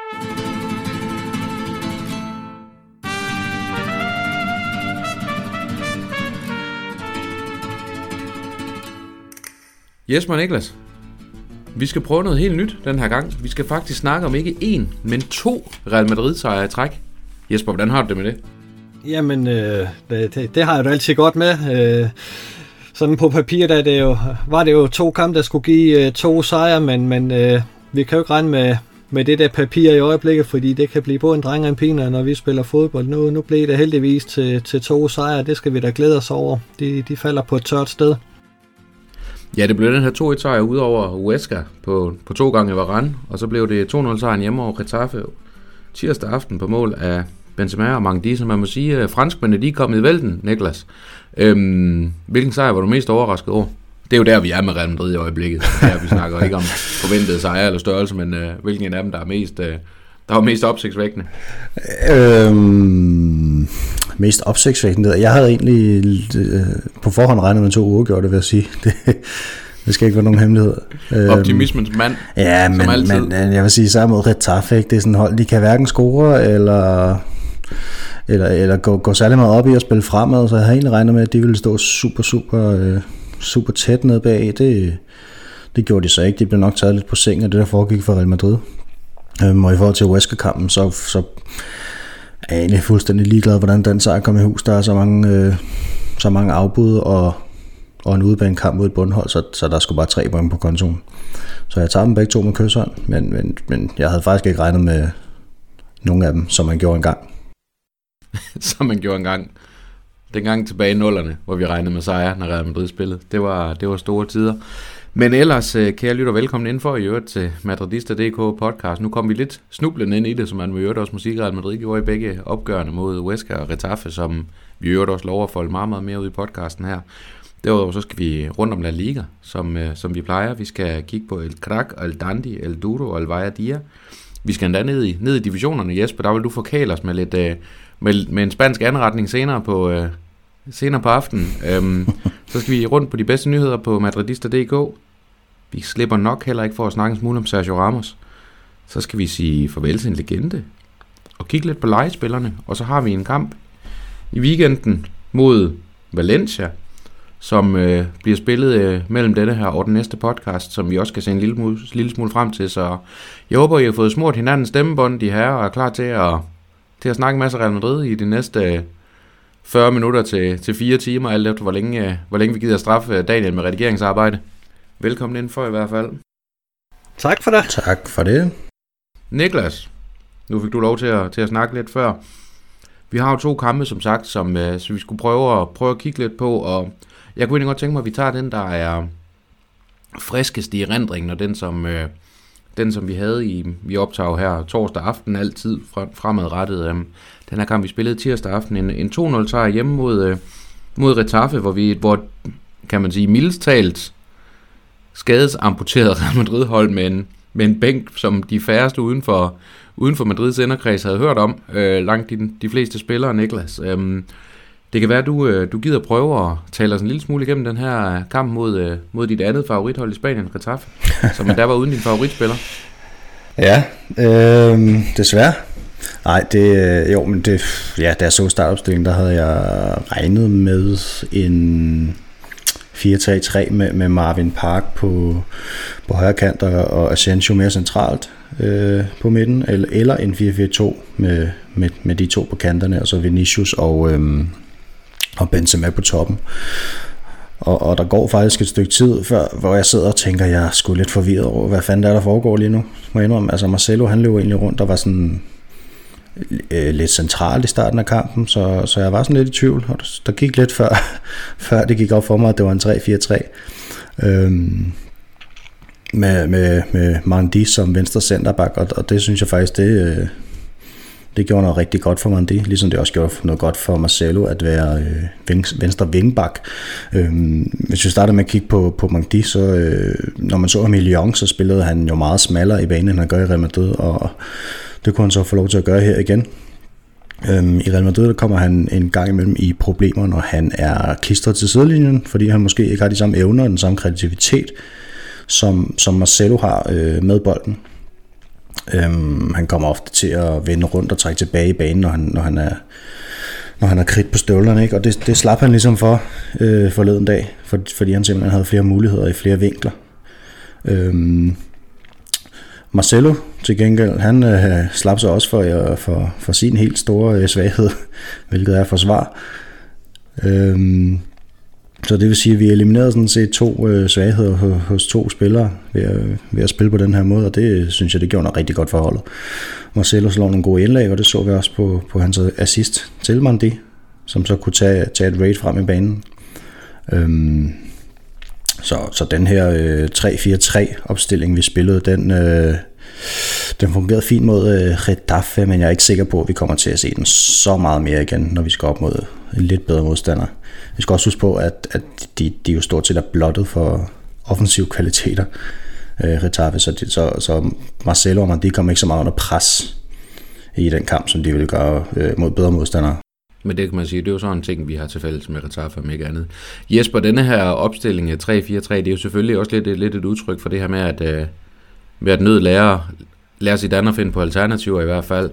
Jesper og Niklas, vi skal prøve noget helt nyt den her gang. Vi skal faktisk snakke om ikke én, men 2 Real Madrid-sejre i træk. Jesper, hvordan har du det med det? Jamen, det har jeg jo altid godt med. Sådan på papir, var det jo 2 kampe, der skulle give 2 sejre, men vi kan jo ikke regne med det der papir i øjeblikket, fordi det kan blive både en dreng og en pige, når vi spiller fodbold. Nu blev det heldigvis til 2 sejre, det skal vi da glæde os over. De falder på et tørt sted. Ja, det blev den her 2-1-sejr ud over Huesca på 2 gange i Varane, og så blev det 2-0-sejren hjemme over Getafe tirsdag aften på mål af Benzema og Mangdi, som man må sige, franskmændene de er kommet i vælten, Niklas. Hvilken sejr var du mest overrasket over? Det er jo der, vi er med Real Madrid i øjeblikket. Her, vi snakker ikke om forventede sejre eller størrelse, men hvilken af dem, der var mest opsigtsvækkende? Mest opsigtsvækkende? Jeg havde egentlig på forhånd regnet med 2 uafgjorte, vil jeg sige. Det skal ikke være nogen hemmelighed. Optimismens mand, ja, men jeg vil sige, sammen mod Getafe, det er sådan hold, de kan hverken score eller gå særlig meget op i at spille fremad, så jeg havde egentlig regnet med, at de ville stå super tæt ned bag. Det gjorde de så ikke. De blev nok taget lidt på sengen af det, der foregik for Real Madrid. Og i forhold til Huesca-kampen, så er jeg egentlig fuldstændig ligeglad, hvordan den sejr kom i hus. Der er så mange afbud og en udebanekamp mod et bundhold, så der skulle bare 3 point på kontoen. Så jeg tager dem begge 2 med kyshånd, men jeg havde faktisk ikke regnet med nogen af dem, som man gjorde engang. Som man gjorde engang. Dengang tilbage i 0'erne, hvor vi regnede med sejre, når Real Madrid spillede. Det var store tider. Men ellers, kære lytter, velkommen indenfor i øvrigt til Madridista.dk podcast. Nu kom vi lidt snublende ind i det, som man i øvrigt også musik Real Madrid gjorde i begge opgørende mod Huesca og Getafe, som vi i øvrigt også lover at folde meget, meget mere ud i podcasten her. Derudover så skal vi rundt om La Liga, som vi plejer. Vi skal kigge på El Crack, El Dandi, El Duro og El Valladolid. Vi skal endda ned i divisionerne, Jesper. Der vil du forkæle os med lidt med en spansk anretning senere på aftenen. Så skal vi rundt på de bedste nyheder på Madridista.dk. Vi slipper nok heller ikke for at snakke en smule om Sergio Ramos. Så skal vi sige farvel til en legende og kigge lidt på legespillerne. Og så har vi en kamp i weekenden mod Valencia, som bliver spillet mellem denne her og den næste podcast, som vi også skal se en lille smule frem til. Så jeg håber, I har fået smurt hinandens stemmebånd, de her, og er klar til at snakke en masse Real Madrid i de næste 40 minutter til 4 timer, alt efter hvor længe vi gider straffe Daniel med redigeringsarbejde. Velkommen indenfor i hvert fald. Tak for det. Tak for det. Niklas, nu fik du lov til at snakke lidt før. Vi har jo 2 kampe, som sagt, som vi skulle prøve at kigge lidt på, og jeg kunne egentlig godt tænke mig, at vi tager den, der er friskest i erindringen, og den, som vi havde i optag her torsdag aften, altid fremadrettet. Den her kamp, vi spillede tirsdag aften, en 2-0-sejr hjemme mod Getafe, hvor kan man sige, mildest talt skadesamputeret Real Madrid-hold med en bænk, som de færreste uden for Madrids inderkreds havde hørt om. Langt de fleste spillere, Niklas. Det kan være, at du gider prøve at tale os en lille smule igennem den her kamp mod dit andet favorithold i Spanien, Getafe, som der var uden din favoritspiller. Ja, desværre. Nej, da jeg så startopstillingen, der havde jeg regnet med en 4-3-3 med Marvin Park på højre kant og Asensio mere centralt på midten, eller en 4-4-2 med de 2 på kanterne, og så Vinicius og Benzema på toppen. Og der går faktisk et stykke tid før, hvor jeg sidder og tænker, jeg er sgu lidt forvirret over, hvad fanden der foregår lige nu, må jeg indrømme. Altså Marcelo, han løb egentlig rundt, der var sådan lidt centralt i starten af kampen, så jeg var sådan lidt i tvivl, og der gik lidt før det gik op for mig, at det var en 3-4-3 med Mangdi som venstre centerback, og det synes jeg faktisk, det gjorde noget rigtig godt for Mangdi, ligesom det også gjorde noget godt for Marcelo at være venstre vingbak. Hvis vi starter med at kigge på Mangdi, så når man så ham i Lyon, så spillede han jo meget smallere i banen, end han gør i Real Madrid, og det kunne han så få lov til at gøre her igen. I Real Madrid kommer han en gang imellem i problemer, når han er klistret til sidelinjen, fordi han måske ikke har de samme evner og den samme kreativitet, som Marcelo har med bolden. Han kommer ofte til at vende rundt og trække tilbage i banen, når han har kridt på støvlerne, ikke? Og det slap han ligesom for forleden dag, fordi han simpelthen havde flere muligheder i flere vinkler. Marcelo til gengæld, han slap sig også for sin helt store svaghed, hvilket er forsvar. Så det vil sige, at vi eliminerede sådan set 2 svagheder hos 2 spillere ved at spille på den her måde, og det synes jeg, det gjorde noget rigtig godt for holdet. Marcelo slår nogle gode indlæg, og det så vi også på hans assist til Mandi, som så kunne tage et raid frem i banen. Så den her 3-4-3 opstilling, vi spillede, den fungerede fint mod Getafe, men jeg er ikke sikker på, at vi kommer til at se den så meget mere igen, når vi skal op mod en lidt bedre modstander. Vi skal også huske på, at de jo stort set er blottet for offensive kvaliteter, Getafe, så Marcelo og Mandi kommer ikke så meget under pres i den kamp, som de ville gøre mod bedre modstandere. Men det kan man sige, det er jo sådan en ting, vi har til fælles med Getafe, om ikke andet. Jesper, denne her opstilling af 3-4-3, det er jo selvfølgelig også lidt et udtryk for det her med at nød lære sit andet at finde på alternativer i hvert fald.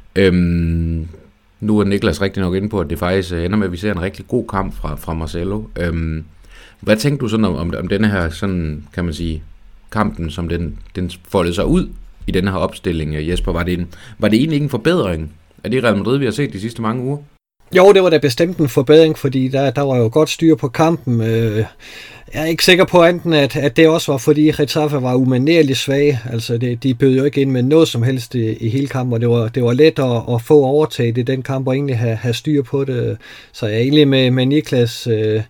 Nu er Niklas rigtig nok inde på, at det faktisk ender med, at vi ser en rigtig god kamp fra Marcelo. Hvad tænkte du sådan om denne her, sådan kan man sige, kampen, som den foldede sig ud i denne her opstilling, Jesper? Var det egentlig ikke en forbedring af det Real Madrid, vi har set de sidste mange uger? Jo, det var da bestemt en forbedring, fordi der var jo godt styr på kampen. Jeg er ikke sikker på enten, at det også var, fordi Getafe var umanerligt svage. Altså, de bød jo ikke ind med noget som helst i hele kampen, og det var let at få overtaget i den kamp, og egentlig have styr på det. Så jeg er egentlig med Niklas,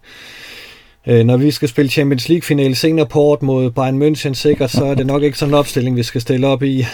når vi skal spille Champions League-finale senere på året mod Bayern München sikkert, så er det nok ikke sådan en opstilling, vi skal stille op i.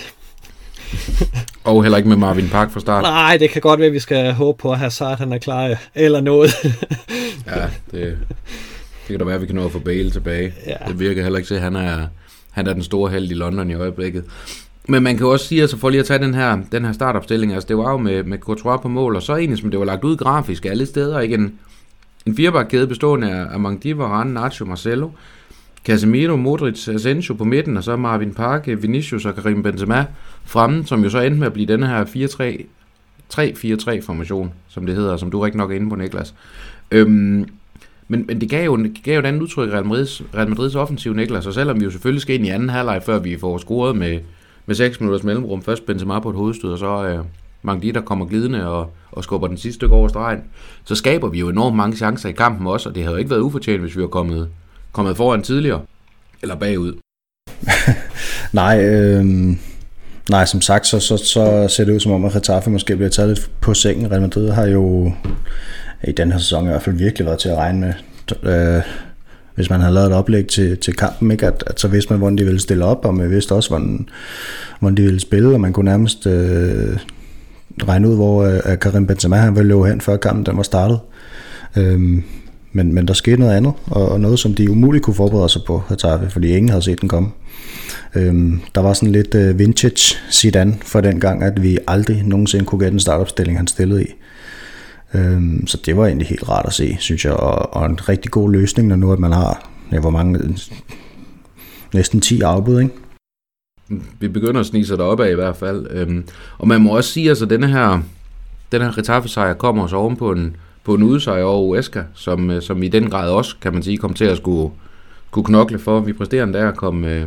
Og heller ikke med Marvin Park fra start. Nej, det kan godt være, at vi skal håbe på, at Hazard han er klar eller noget. Ja, det kan da være, at vi kan nå at få Bale tilbage. Ja. Det virker heller ikke til, at han er den store held i London i øjeblikket. Men man kan også sige, altså for lige at tage den her startopstilling, altså det var jo med Courtois på mål, og så egentlig, som det var lagt ud grafisk alle steder, ikke en firebakkæde bestående af Mangdi, Varane, Nacho, Marcelo, Casemiro, Modric, Asensio på midten, og så Marvin Park, Vinicius og Karim Benzema fremme, som jo så endte med at blive denne her 3-4-3-formation, som det hedder, som du rigtig nok er inde på, Niklas. Men det gav jo et andet udtryk i Real Madrids offensiv, Niklas, og selvom vi jo selvfølgelig skal ind i anden halvleg, før vi får scoret med 6 minutters mellemrum, først Benzema på et hovedstød, og så Mangdi, der kommer glidende og skubber den sidste stykke over stregen, så skaber vi jo enormt mange chancer i kampen også, og det havde jo ikke været ufortjent, hvis vi var kommet foran tidligere, eller bagud. Nej, som sagt, så ser det ud som om, at Getafe måske bliver taget lidt på sengen. Real Madrid har jo i den her sæson i hvert fald virkelig været til at regne med, hvis man havde lavet et oplæg til kampen, ikke? At så vidste man, hvordan de ville stille op, og man vidste også, hvordan de ville spille, og man kunne nærmest regne ud, hvor Karim Benzema han ville løbe hen, før kampen den var startet. Men der skete noget andet, og noget, som de umuligt kunne forberede sig på, Getafe, fordi ingen havde set den komme. Der var sådan lidt vintage Zidane for den gang, at vi aldrig nogensinde kunne gætte den startopstilling, han stillede i. Så det var egentlig helt rart at se, synes jeg, og en rigtig god løsning, når nu at man har, hvor mange, næsten 10 afbud, ikke? Vi begynder at snige sig deroppe af i hvert fald. Og man må også sige, altså den her Getafe-sejr kommer så oven på en udesejr over Huesca, som i den grad også, kan man sige, kom til at skulle knokle for. Vi præsterede der at komme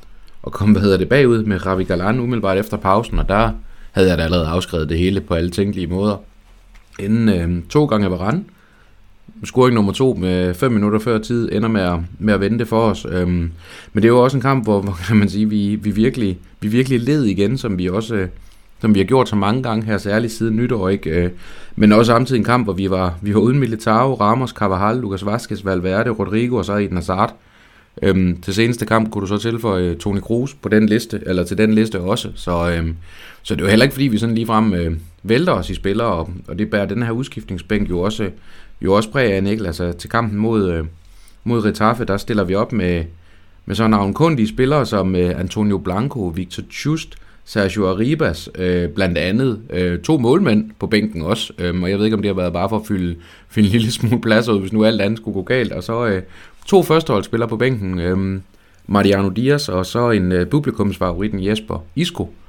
bagud med Ravi Galan umiddelbart efter pausen, og der havde jeg da allerede afskrevet det hele på alle tænkelige måder. Inden 2 gange Varane, scoring nummer 2 med 5 minutter før tid, ender med at vente for os. Men det er jo også en kamp, hvor kan man sige, vi virkelig led igen, som vi har gjort så mange gange her, særligt siden nytår, ikke? Men også samtidig en kamp, hvor vi var uden Militao, Ramos, Carvajal, Lucas Vazquez, Valverde, Rodrigo og så Eden Hazard. Til seneste kamp kunne du så tilføje Toni Kroos på den liste, eller til den liste også. Så det er jo heller ikke, fordi vi sådan ligefrem vælter os i spillere, og det bærer den her udskiftningsbænk jo også præg af, Niklas. Altså til kampen mod Getafe, der stiller vi op med så navnkundige spillere som Antonio Blanco, Victor Just, Sergio Arribas, blandt andet 2 målmænd på bænken også, og jeg ved ikke, om det har været bare for at fylde en lille smule plads ud, hvis nu alt andet skulle gå galt, og så 2 førsteholdsspillere på bænken, Mariano Diaz, og så en publikumsfavoritten Jesper Isco,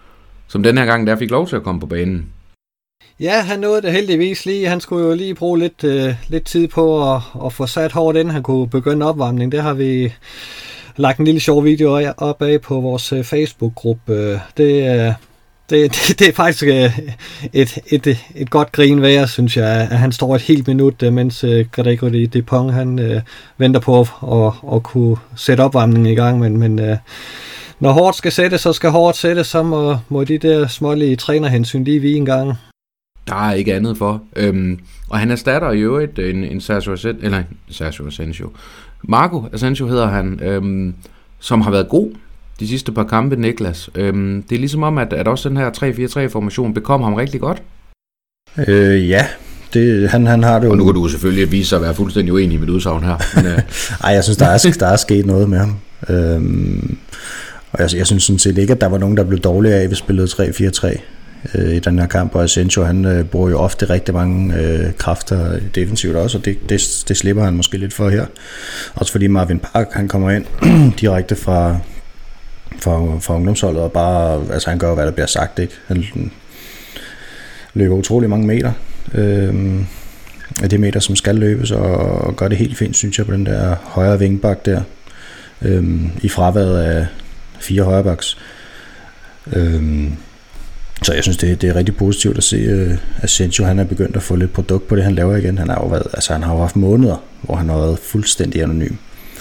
som den her gang der fik lov til at komme på banen. Ja, han nåede det heldigvis lige. Han skulle jo lige bruge lidt tid på at få sat hårdt ind. Han kunne begynde opvarmning. Det har vi lagt en lille sjov video op af på vores Facebook-gruppe. Det er faktisk et godt grin værd, synes jeg, at han står et helt minut, mens Gregory Dupont han venter på at kunne sætte opvarmningen i gang. Men når hårdt skal sættes, så skal hårdt sættes, så må de der smålige trænerhensyn lige vige en gang. Der er ikke andet for. Og han erstatter i øvrigt en Sergio Asensio. Marco Asensio hedder han, som har været god de sidste par kampe, Niklas. Det er ligesom om, at også den her 3-4-3-formation bekom ham rigtig godt. Ja, han har det jo. Og nu kan du selvfølgelig vise sig at være fuldstændig uenig med udsagn her. Men, ej, jeg synes, der er sket noget med ham. Og jeg synes sådan set ikke, at der var nogen, der blev dårligere af, at vi spillede 3-4-3 i den her kamp. Og Asensio, han bruger jo ofte rigtig mange kræfter defensivt også, og det slipper han måske lidt for her. Også fordi Marvin Park, han kommer ind direkte fra ungdomsholdet, og bare, altså han gør, hvad der bliver sagt, ikke? Han løber utrolig mange meter, af de meter, som skal løbes, og gør det helt fint, synes jeg, på den der højre vingbak der, i fraværet af 4 højrebacks. Så jeg synes, det er rigtig positivt at se, Asensio, han er begyndt at få lidt produkt på det, han laver igen. Han har jo haft måneder, hvor han har været fuldstændig anonym.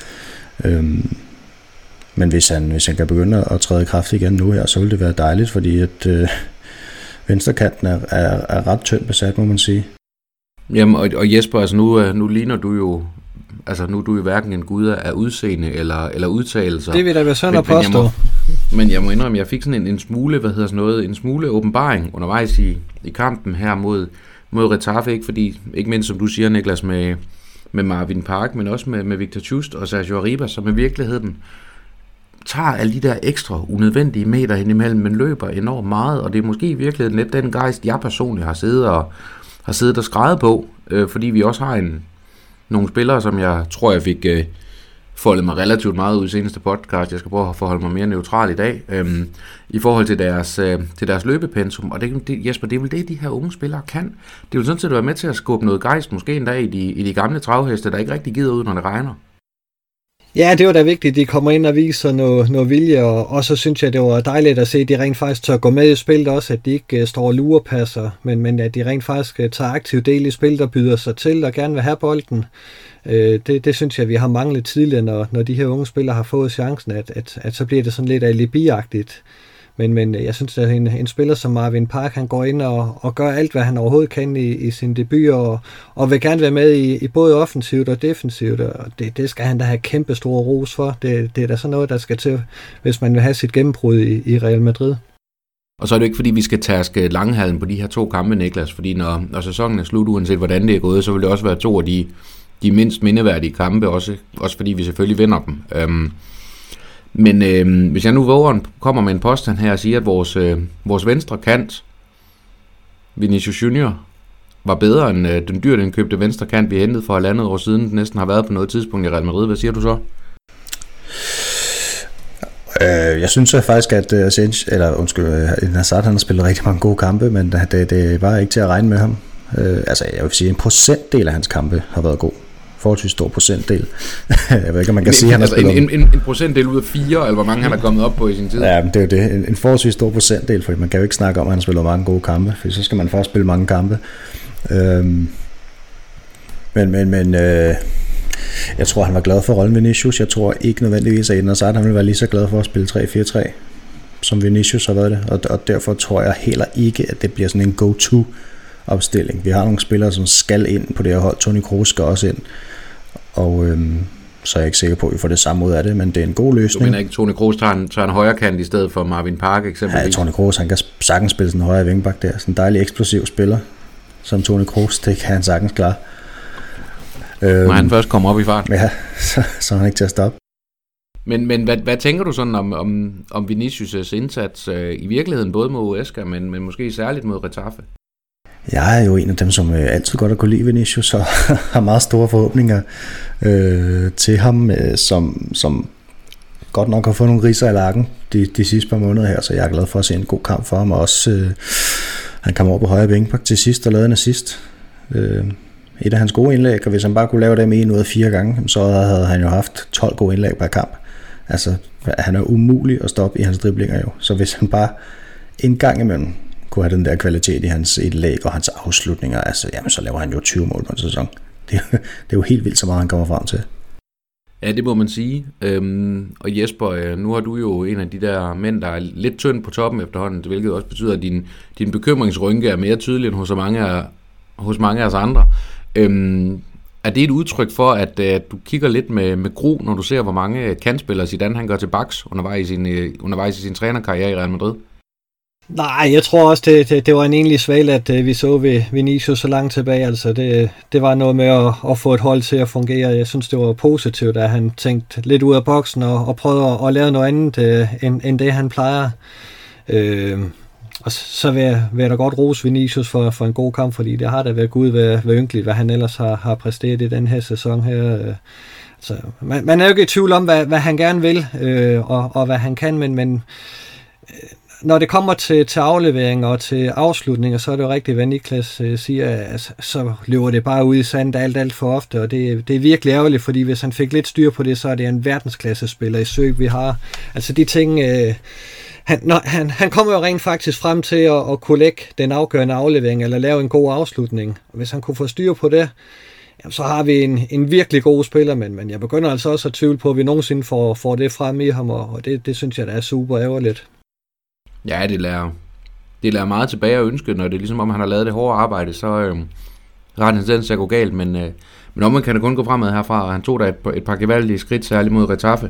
Men hvis han kan begynde at træde i kraft igen nu her, så vil det være dejligt, fordi at venstrekanten er ret tyndt besat, må man sige. Jamen, og Jesper, altså nu ligner du jo, altså nu er du jo hverken en gud af udseende eller udtalelser. Det vil da være sådan at påstå. Men jeg må indrømme, jeg fik sådan en smule, en smule åbenbaring undervejs i kampen her mod Retafe, ikke mindst som du siger, Niklas, med Marvin Park, men også med Victor Just og Sergio Arribas, som i virkeligheden tager alle de der ekstra unødvendige meter hen imellem, men løber enormt meget, og det er måske i virkeligheden lidt den gejst, jeg personligt har siddet og skreget på, fordi vi også har nogle spillere, som jeg tror, jeg fik foldet mig relativt meget ud i seneste podcast. Jeg skal prøve at forholde mig mere neutral i dag, i forhold til deres løbepensum, og Jesper, det er vel det, de her unge spillere kan. Det er jo sådan set at være med til at skubbe noget gejst, måske endda i de gamle travheste, der ikke rigtig gider ud, når det regner. Ja, det var da vigtigt, at de kommer ind og viser noget vilje, og så synes jeg, det var dejligt at se, at de rent faktisk tør gå med i spillet også, at de ikke står og lurepasser, men at de rent faktisk tager aktiv del i spillet og byder sig til og gerne vil have bolden. Det synes jeg, vi har manglet tidligere, når de her unge spillere har fået chancen, at så bliver det sådan lidt alibi-agtigt. Men jeg synes, at en spiller som Marvin Park, han går ind og gør alt, hvad han overhovedet kan i sin debut, og vil gerne være med i både offensivt og defensivt, og det skal han da have kæmpe store ros for. Det er da sådan noget, der skal til, hvis man vil have sit gennembrud i Real Madrid. Og så er det ikke, fordi vi skal tærske langhallen på de her 2 kampe, Niklas, fordi når sæsonen er slut, uanset hvordan det er gået, så vil det også være 2 af de mindst mindeværdige kampe, også fordi vi selvfølgelig vinder dem. Men hvis jeg nu kommer med en påstand her og siger, at vores venstre kant, Vinicius Junior, var bedre end den dyrt indkøbte venstre kant, vi hentede for 1,5 år siden, den næsten har været på noget tidspunkt i Real Madrid. Hvad siger du så? Jeg synes faktisk, at Hazard, han har spillet rigtig mange gode kampe, men det var ikke til at regne med ham. Jeg vil sige, en procentdel af hans kampe har været god. Forholdsvis stor procentdel. Jeg ved ikke, om man kan sige, han har spillet en procentdel ud af 4, eller hvor mange han har kommet op på i sin tid. Ja, det er jo det. En forholdsvis stor procentdel, fordi man kan jo ikke snakke om, at han har spillet mange gode kampe, for så skal man først spille mange kampe. Men jeg tror, han var glad for rollen Vinicius. Jeg tror ikke nødvendigvis, at Eden Hazard, han vil være lige så glad for at spille 3-4-3, som Vinicius har været det. Og derfor tror jeg heller ikke, at det bliver sådan en go-to-opstilling. Vi har nogle spillere, som skal ind på det her hold. Toni Kroos skal også ind. Og så er jeg ikke sikker på, at vi får det samme ud af det, men det er en god løsning. Du mener ikke, at Toni Kroos tager en højre kant i stedet for Marvin Park eksempelvis? Ja, Toni Kroos, han kan sagtens spille sådan en højre vingbak der. Sådan en dejlig eksplosiv spiller, som Toni Kroos, det kan han sagtens klare. Når han først kommer op i fart. Ja, så er han ikke til at stoppe. Men hvad tænker du sådan om Vinicius' indsats i virkeligheden, både mod Huesca, men måske særligt mod Retafe? Jeg er jo en af dem, som altid godt at kunne lide Vinicius, og har meget store forhåbninger til ham, som godt nok har fået nogle ridser i lakken de sidste par måneder her, så jeg er glad for at se en god kamp for ham, og også han kom over på højre bænk til sidst og lavede en assist. Et af hans gode indlæg, og hvis han bare kunne lave dem 1 ud af 4 gange, så havde han jo haft 12 gode indlæg per kamp. Altså, han er umulig at stoppe i hans driblinger jo, så hvis han bare en gang imellem kunne have den der kvalitet i hans indlæg og hans afslutninger, altså, jamen, så laver han jo 20 mål på en sæson. Det er jo helt vildt, så meget han kommer frem til. Ja, det må man sige. Og Jesper, nu har du jo en af de der mænd, der er lidt tynd på toppen efterhånden, hvilket også betyder, at din bekymringsrynke er mere tydelig end hos mange af os andre. Er det et udtryk for, at du kigger lidt med gru, når du ser, hvor mange kantspillere Zidane han gør til baks undervejs i sin trænerkarriere i Real Madrid? Nej, jeg tror også, det var en egentlig svaghed, at vi så ved Vinicius så langt tilbage. Altså det var noget med at få et hold til at fungere. Jeg synes, det var positivt, at han tænkte lidt ud af boksen og prøvede at lave noget andet end det, han plejer. Og så vil jeg da godt rose Vinicius for en god kamp, fordi det har da været gud ved ynkeligt, hvad han ellers har præsteret i den her sæson her. Altså, man er jo ikke i tvivl om, hvad han gerne vil, og hvad han kan, men når det kommer til afleveringer og til afslutninger, så er det jo rigtigt, hvad Niklas siger, altså, så løber det bare ud i sandet alt for ofte, og det er virkelig ærgerligt, fordi hvis han fik lidt styr på det, så er det en verdensklassespiller i søg, vi har. Altså de ting, han kommer jo rent faktisk frem til at kunne lægge den afgørende aflevering, eller lave en god afslutning. Og hvis han kunne få styr på det, jamen, så har vi en virkelig god spiller, men jeg begynder altså også at tvivle på, at vi nogensinde får det frem i ham, og det synes jeg, der er super ærgerligt. Ja, det lader meget tilbage at ønske, når det er ligesom om han har lavet det hårde arbejde, så har han tendens til at gå galt, men om man kan det kun gå fremad herfra, og han tog da et par gevaldige skridt, særligt mod Getafe.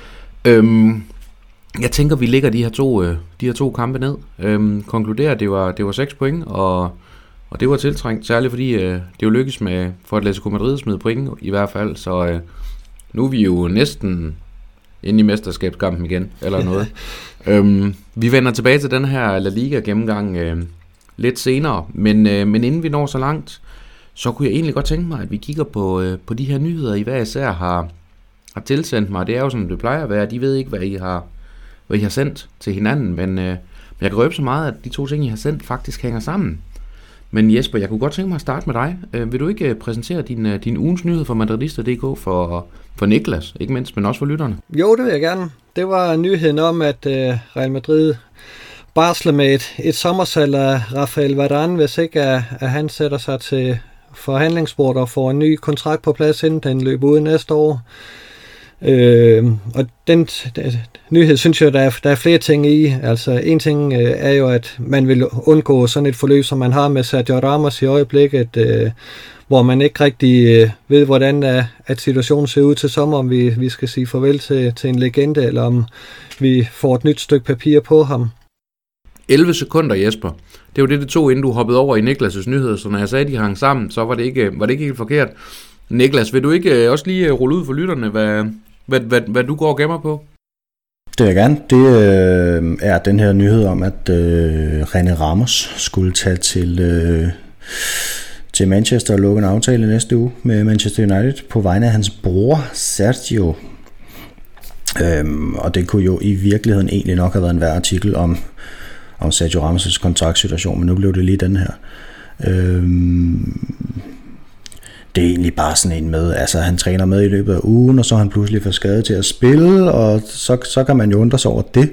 Jeg tænker, vi lægger de her to kampe ned. Konkluderer, det var 6 point, og det var tiltrængt, særligt fordi det jo lykkedes for Atletico Madrid at smide point i hvert fald, så nu er vi jo næsten inde i mesterskabskampen igen, eller noget. Vi vender tilbage til den her La Liga gennemgang lidt senere, men inden vi når så langt, så kunne jeg egentlig godt tænke mig, at vi kigger på de her nyheder, I hver især har tilsendt mig. Det er jo sådan, det plejer at være. De ved ikke, hvad I har sendt til hinanden, men jeg kan røbe så meget, at de 2 ting, I har sendt, faktisk hænger sammen. Men Jesper, jeg kunne godt tænke mig at starte med dig. Vil du ikke præsentere din ugens nyhed for Madridista.dk for Niklas, ikke mindst, men også for lytterne? Jo, det vil jeg gerne. Det var nyheden om, at Real Madrid barsler med et sommersalg af Rafael Varane, hvis ikke at han sætter sig til forhandlingsbordet og får en ny kontrakt på plads, inden den løber ud næste år. Og den nyhed synes jeg, der er flere ting i. Altså en ting er jo, at man vil undgå sådan et forløb, som man har med Sergio Ramos i øjeblikket, hvor man ikke rigtig ved, hvordan at situationen ser ud til sommer, om vi skal sige farvel til en legende, eller om vi får et nyt stykke papir på ham. 11 sekunder, Jesper. Det var det tog, inden du hoppede over i Niklas' nyheder, så når jeg sagde, at de hang sammen, så var det ikke helt forkert. Niklas, vil du ikke også lige rulle ud for lytterne, hvad du går og gemmer på? Det vil jeg gerne. Det er den her nyhed om, at René Ramos skulle tage til Manchester og lukke en aftale næste uge med Manchester United på vegne af hans bror Sergio. Og det kunne jo i virkeligheden egentlig nok have været en værd artikel om Sergio Ramos' kontraktsituation, men nu blev det lige den her. Det er egentlig bare sådan en med, altså han træner med i løbet af ugen, og så er han pludselig for skadet til at spille, og så kan man jo undre sig over det.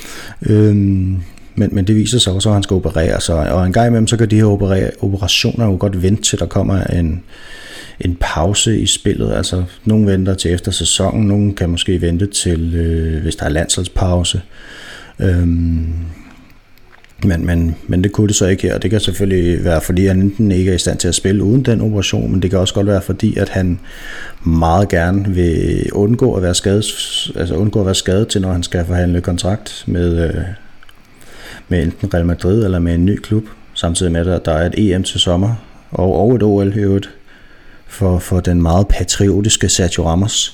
Men det viser sig også, at han skal operere sig, og en gang imellem, så kan de her operationer jo godt vente til, der kommer en pause i spillet. Altså, nogen venter til efter sæsonen, nogen kan måske vente til, hvis der er landsholdspause. Men det kunne det så ikke her, og det kan selvfølgelig være, fordi han enten ikke er i stand til at spille uden den operation, men det kan også godt være, fordi at han meget gerne vil undgå at være skadet, til, når han skal forhandle kontrakt med enten Real Madrid eller med en ny klub, samtidig med, at der er et EM til sommer, og et OL i øvrigt, for den meget patriotiske Sergio Ramos.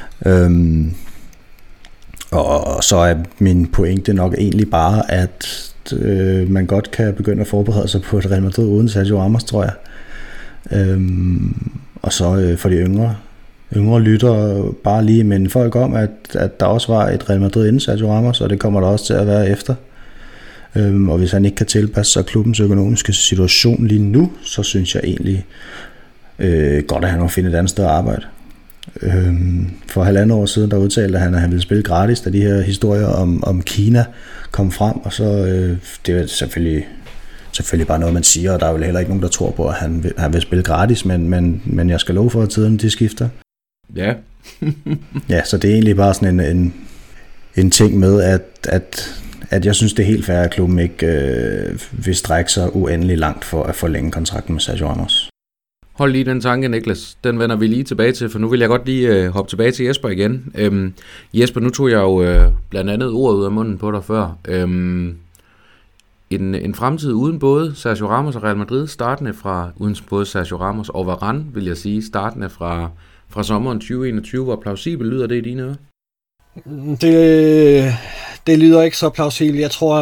Og så er min pointe nok egentlig bare, at man godt kan begynde at forberede sig på et Real Madrid uden Sergio Ramos, tror jeg. Og så for de yngre yngre lyttere bare lige minde folk om, at der også var et Real Madrid inden Sergio Ramos, og det kommer der også til at være efter. Og hvis han ikke kan tilpasse sig klubbens økonomiske situation lige nu, så synes jeg egentlig godt, at han må finde et andet sted at arbejde. For 1,5 år siden, der udtalte han, at han ville spille gratis, da de her historier om Kina kom frem, og så det er selvfølgelig bare noget, man siger, og der er vel heller ikke nogen, der tror på, at han vil spille gratis, men jeg skal love for, at tiden de skifter. Ja. Ja, så det er egentlig bare sådan en ting med, at jeg synes, det er helt fair, at klubben ikke vil strække sig uendelig langt for at forlænge kontrakten med Sergio Ramos. Hold lige den tanke, Niklas. Den vender vi lige tilbage til, for nu vil jeg godt lige hoppe tilbage til Jesper igen. Jesper, nu tog jeg jo blandt andet ordet ud af munden på dig før. En fremtid uden både Sergio Ramos og Real Madrid, startende fra uden både Sergio Ramos og Varane, vil jeg sige, startende fra sommeren 2021. Hvor plausibel lyder det i dine ører? Det lyder ikke så plausibelt. Jeg tror,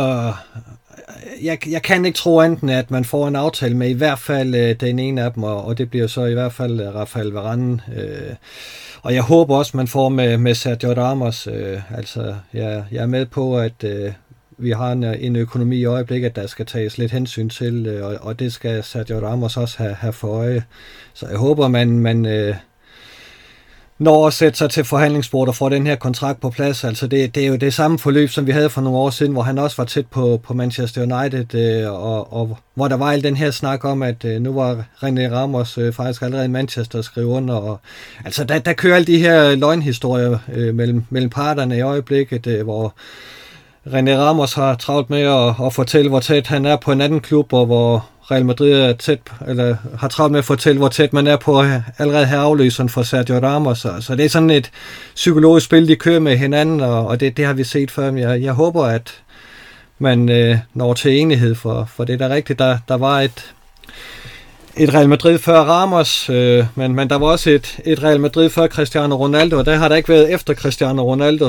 jeg kan ikke tro enten, at man får en aftale med i hvert fald den ene af dem, og det bliver så i hvert fald Rafael Varane. Og jeg håber også, man får med Sergio Ramos. Altså, jeg er med på, at vi har en økonomi i øjeblikket, der skal tages lidt hensyn til, og det skal Sergio Ramos også have for øje. Så jeg håber, man når at sætte sig til forhandlingsbordet og få den her kontrakt på plads. Altså det er jo det samme forløb, som vi havde for nogle år siden, hvor han også var tæt på Manchester United, og hvor der var al den her snak om, at nu var René Ramos faktisk allerede i Manchester at skrive under. Og, altså der kører alle de her løgnhistorier mellem parterne i øjeblikket, hvor René Ramos har travlt med at fortælle, hvor tæt han er på en anden klub, og hvor Real Madrid er tæt, eller har travlt med at fortælle, hvor tæt man er på allerede her afløseren for Sergio Ramos. Så det er sådan et psykologisk spil, de kører med hinanden, og det har vi set før. Jeg håber, at man når til enighed, for det er da rigtigt. Der var et Real Madrid før Ramos, men der var også et Real Madrid før Cristiano Ronaldo, og der har der ikke været efter Cristiano Ronaldo.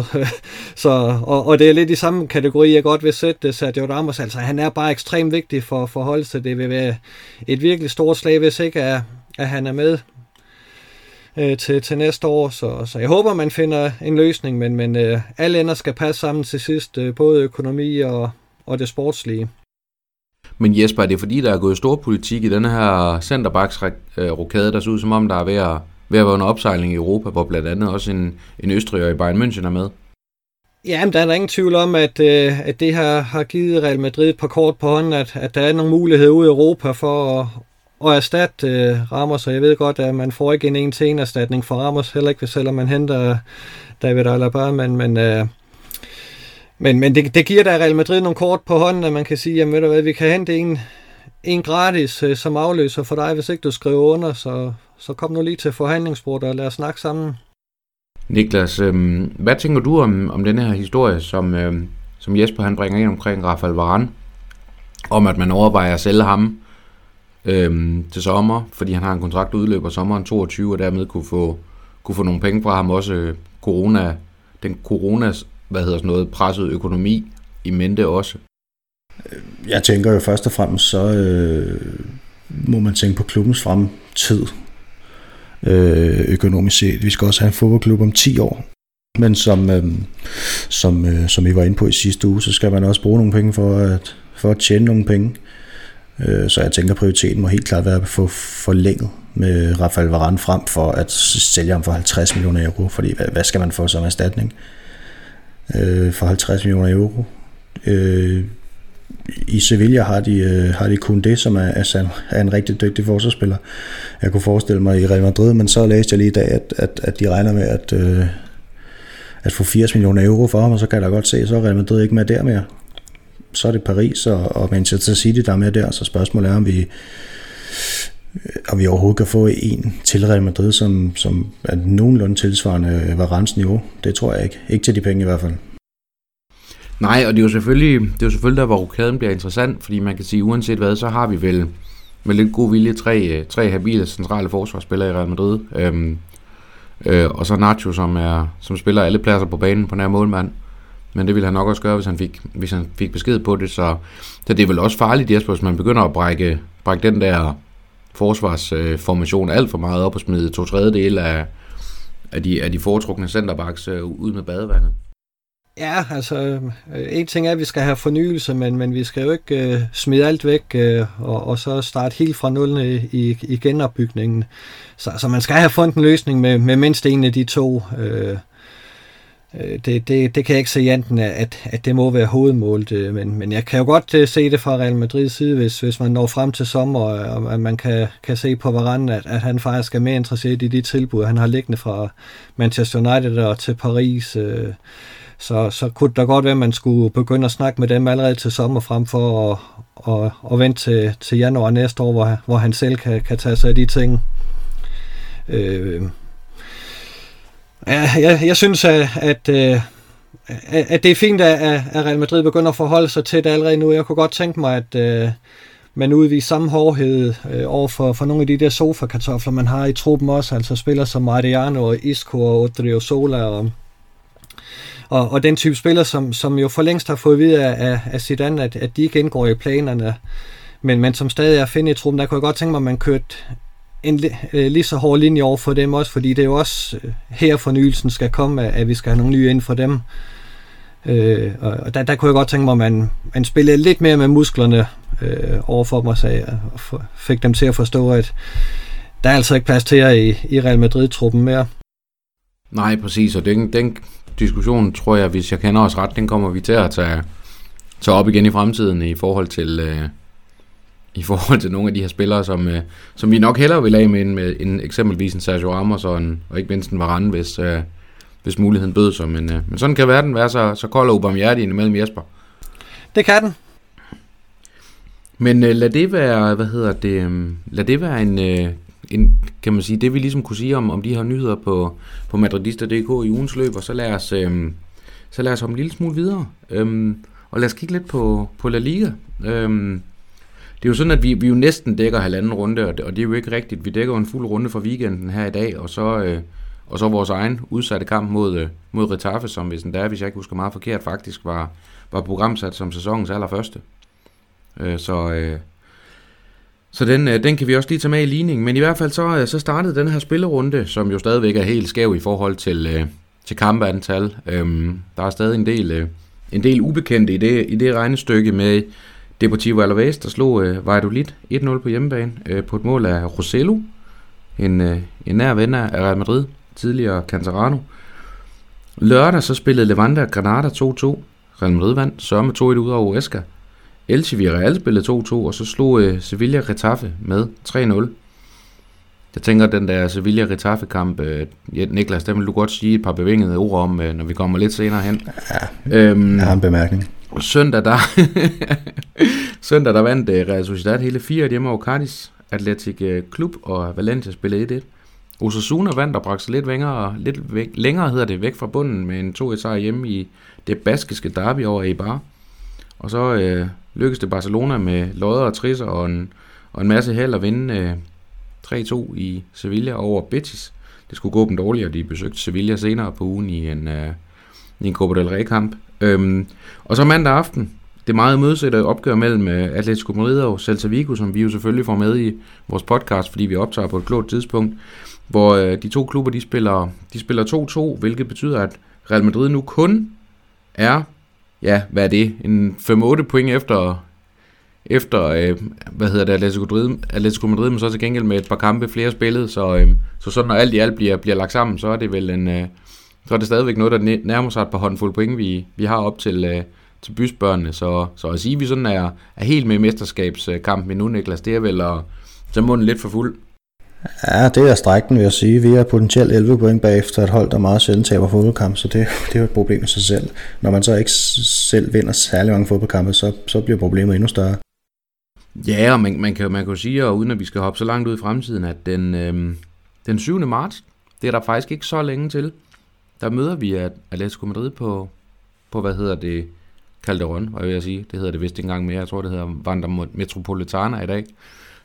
og det er lidt i samme kategori, jeg godt vil sætte Sergio Ramos. Altså, han er bare ekstremt vigtig for holdet, så det vil være et virkelig stort slag, hvis ikke at han er med til næste år. Så jeg håber, man finder en løsning, men alle ender skal passe sammen til sidst, både økonomi og det sportslige. Men Jesper, er det fordi, der er gået stor politik i denne her centerbacks-rokade, der ser ud som om, der er ved at være under opsejling i Europa, hvor blandt andet også en østriger i Bayern München er med? Jamen, der er ingen tvivl om, at det her har givet Real Madrid et par kort på hånden, at der er nogle muligheder ude i Europa for at erstatte Ramos, og jeg ved godt, at man får ikke en til en erstatning for Ramos, heller ikke selvom man henter David Alaba, men det giver da Real Madrid nogle kort på hånden, at man kan sige, jamen ved du hvad, vi kan hente en gratis som afløser for dig, hvis ikke du skriver under, så kom nu lige til forhandlingsbordet og lad os snakke sammen. Niklas, hvad tænker du om den her historie, som Jesper han bringer ind omkring Rafael Varane, om at man overvejer at sælge ham til sommer, fordi han har en kontrakt, der udløber sommeren 22, og dermed kunne få nogle penge fra ham, også coronas presset økonomi i mente også? Jeg tænker jo først og fremmest, så må man tænke på klubbens fremtid økonomisk set. Vi skal også have en fodboldklub om 10 år. Men som I var inde på i sidste uge, så skal man også bruge nogle penge for at tjene nogle penge. Så jeg tænker, prioriteten må helt klart være at få forlænget med Rafael Varane frem for at sælge ham for 50 millioner euro. Fordi hvad skal man få som erstatning for 50 millioner euro? I Sevilla har de Koundé, som er en rigtig dygtig forsvarsspiller. Jeg kunne forestille mig i Real Madrid, men så læste jeg lige i dag, at de regner med at få 80 millioner euro for ham, og så kan jeg da godt se, så er Real Madrid ikke med der mere. Så er det Paris og Manchester City, der er med der, så spørgsmålet er, om vi overhovedet kan få en til Real Madrid, som er nogenlunde tilsvarende Varanes niveau. Det tror jeg ikke. Ikke til de penge i hvert fald. Nej, og det er jo selvfølgelig der, hvor rokaden bliver interessant, fordi man kan sige, uanset hvad, så har vi vel med lidt god vilje tre habile centrale forsvarsspillere i Real Madrid. Og så Nacho, som spiller alle pladser på banen på nær målmand. Men det ville han nok også gøre, hvis han fik besked på det. Så det er vel også farligt, Jesper, hvis man begynder at brække den der forsvarsformation alt for meget op og smide 2/3 af de foretrukne centerbacks ud med badevandet. Ja, altså en ting er, at vi skal have fornyelse, men vi skal jo ikke smide alt væk og så starte helt fra nullen i genopbygningen. Så man skal have fundet en løsning med mindst en af de to. Det kan jeg ikke se enten, at det må være hovedmålet, men jeg kan jo godt se det fra Real Madrids side, hvis man når frem til sommer, og at man kan se på Varane, at han faktisk er mere interesseret i de tilbud, han har liggende fra Manchester United og til Paris. Så kunne der godt være, at man skulle begynde at snakke med dem allerede til sommer, frem for at vente til januar næste år, hvor han selv kan tage sig af de ting. Jeg synes, at det er fint, at Real Madrid begynder at forholde sig til det allerede nu. Jeg kunne godt tænke mig, at man udviser samme hårdhed over for nogle af de der sofa-kartofler, man har i truppen også. Altså spillere som Mariano og Isco og Odriozola og den type spillere, som jo for længst har fået videre af Zidane, at de ikke indgår i planerne, men som stadig er at finde i truppen. Der kunne jeg godt tænke mig, at man kørte en lige så hård linje over for dem også, fordi det er jo også her fornyelsen skal komme, at vi skal have nogle nye ind for dem. Og der kunne jeg godt tænke mig, at man spillede lidt mere med musklerne over for dem og fik dem til at forstå, at der er altså ikke plads til jer i Real Madrid-truppen mere. Nej, præcis, og den diskussion, tror jeg, hvis jeg kender os ret, den kommer vi til at tage op igen i fremtiden i forhold til nogle af de her spillere, som vi nok hellere vil af med end eksempelvis en Sergio Ramos og ikke mindst en Varane, hvis muligheden bød sig. Men sådan kan verden være så kold og ubarmhjertig imellem, Jesper. Det kan den. Men lad det være en, kan man sige, det vi ligesom kunne sige om de her nyheder på Madridista.dk i ugens løb, og så lad os hoppe en lille smule videre. Og lad os kigge lidt på La Liga. Det er jo sådan, at vi jo næsten dækker halvanden runde, og det er jo ikke rigtigt. Vi dækker jo en fuld runde fra weekenden her i dag, og så vores egen udsatte kamp mod Getafe, som hvis jeg ikke husker meget forkert, faktisk var programsat som sæsonens allerførste. Så den kan vi også lige tage med i ligningen. Men i hvert fald så startede den her spillerunde, som jo stadigvæk er helt skæv i forhold til kampeantal. Der er stadig en del ubekendte i det regnestykke med Deportivo Alaves, der slog Valladolid 1-0 på hjemmebane på et mål af Rossello, en nær ven af Real Madrid, tidligere Cantarano. Lørdag så spillede Levante og Granada 2-2. Real Madrid vandt sørme 2-1 ud over Huesca. Elche Villarreal spillede 2-2, og så slog Sevilla Getafe med 3-0. Jeg tænker, den der Sevilla-Getafe-kamp, Niklas, den vil du godt sige et par bevingede ord om, når vi kommer lidt senere hen. Ja, jeg har en bemærkning. Søndag der vandt Real Sociedad hele 4 hjemme over Cadiz. Athletic Club og Valencia spillede 1-1. Osasuna vandt og bragte sig lidt længere væk fra bunden med en 2-1 sejr hjemme i det baskiske derby over Eibar. Og så lykkedes det Barcelona med lodder og trisser og en masse held at vinde 3-2 i Sevilla over Betis. Det skulle gå dem dårligt, og de besøgte Sevilla senere på ugen i en Copa del Rey-kamp. Og så mandag aften, det meget mødesætte opgør mellem Atletico Madrid og Celta Vigo, som vi jo selvfølgelig får med i vores podcast, fordi vi optager på et klogt tidspunkt, hvor de to klubber de spiller 2-2, hvilket betyder, at Real Madrid nu kun er, ja, hvad er det, en 5-8 point efter Atletico Madrid, men så til gengæld med et par kampe flere spillet, så sådan når alt i alt bliver lagt sammen, så er det vel så er det stadigvæk noget, der nærmer sig et par håndfulde point, vi har op til bysbørnene, så at sige, at vi sådan er helt med i mesterskabskampen nu, Niklas, det er vel at tage munden lidt for fuld. Ja, det er strækken, vil jeg sige. Vi er potentielt 11 point bagefter et hold, der meget sjældent taber fodboldkamp, så det er jo et problem i sig selv. Når man så ikke selv vinder særlig mange fodboldkampe, så bliver problemet endnu større. Ja, og man kan jo sige, og uden at vi skal hoppe så langt ud i fremtiden, at den 7. marts, det er der faktisk ikke så længe til, der møder vi Atletico Madrid på Calderón, hvad vil jeg sige. Det hedder det vist ikke engang mere. Jeg tror, det hedder Wanda Metropolitana i dag.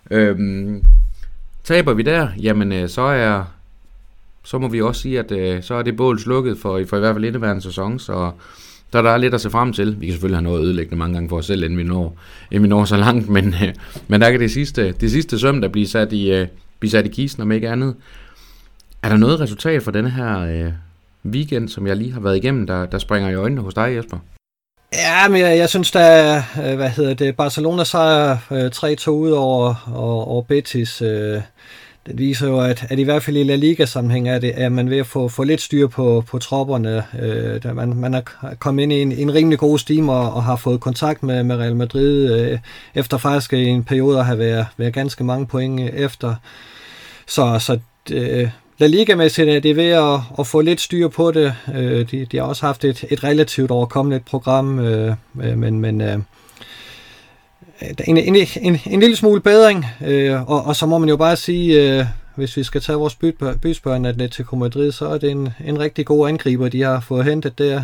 Taber vi der, jamen så må vi også sige, at så er det bål slukket for i hvert fald indeværende sæson, så der er lidt at se frem til. Vi kan selvfølgelig have noget ødelæggende mange gange for os selv, inden vi når så langt, men der kan det sidste søm, der blive sat i kisten, om ikke andet. Er der noget resultat for denne her weekend, som jeg lige har været igennem, der springer i øjnene hos dig, Jesper? Ja, men jeg synes, der Barcelona sejr 3-2 ud over Betis. Det viser jo, at i hvert fald i La Liga-sammenhæng er man ved at få lidt styr på tropperne. Man er kommet ind i en rimelig god stime og har fået kontakt med Real Madrid, efter faktisk i en periode at have været ganske mange point efter. Så La Liga-mæssigt er det ved at få lidt styr på det. De har også haft et relativt overkommeligt program, men en lille smule bedring, og så må man jo bare sige, hvis vi skal tage vores bysbørn Atletico Madrid, så er det en rigtig god angriber, de har fået hentet der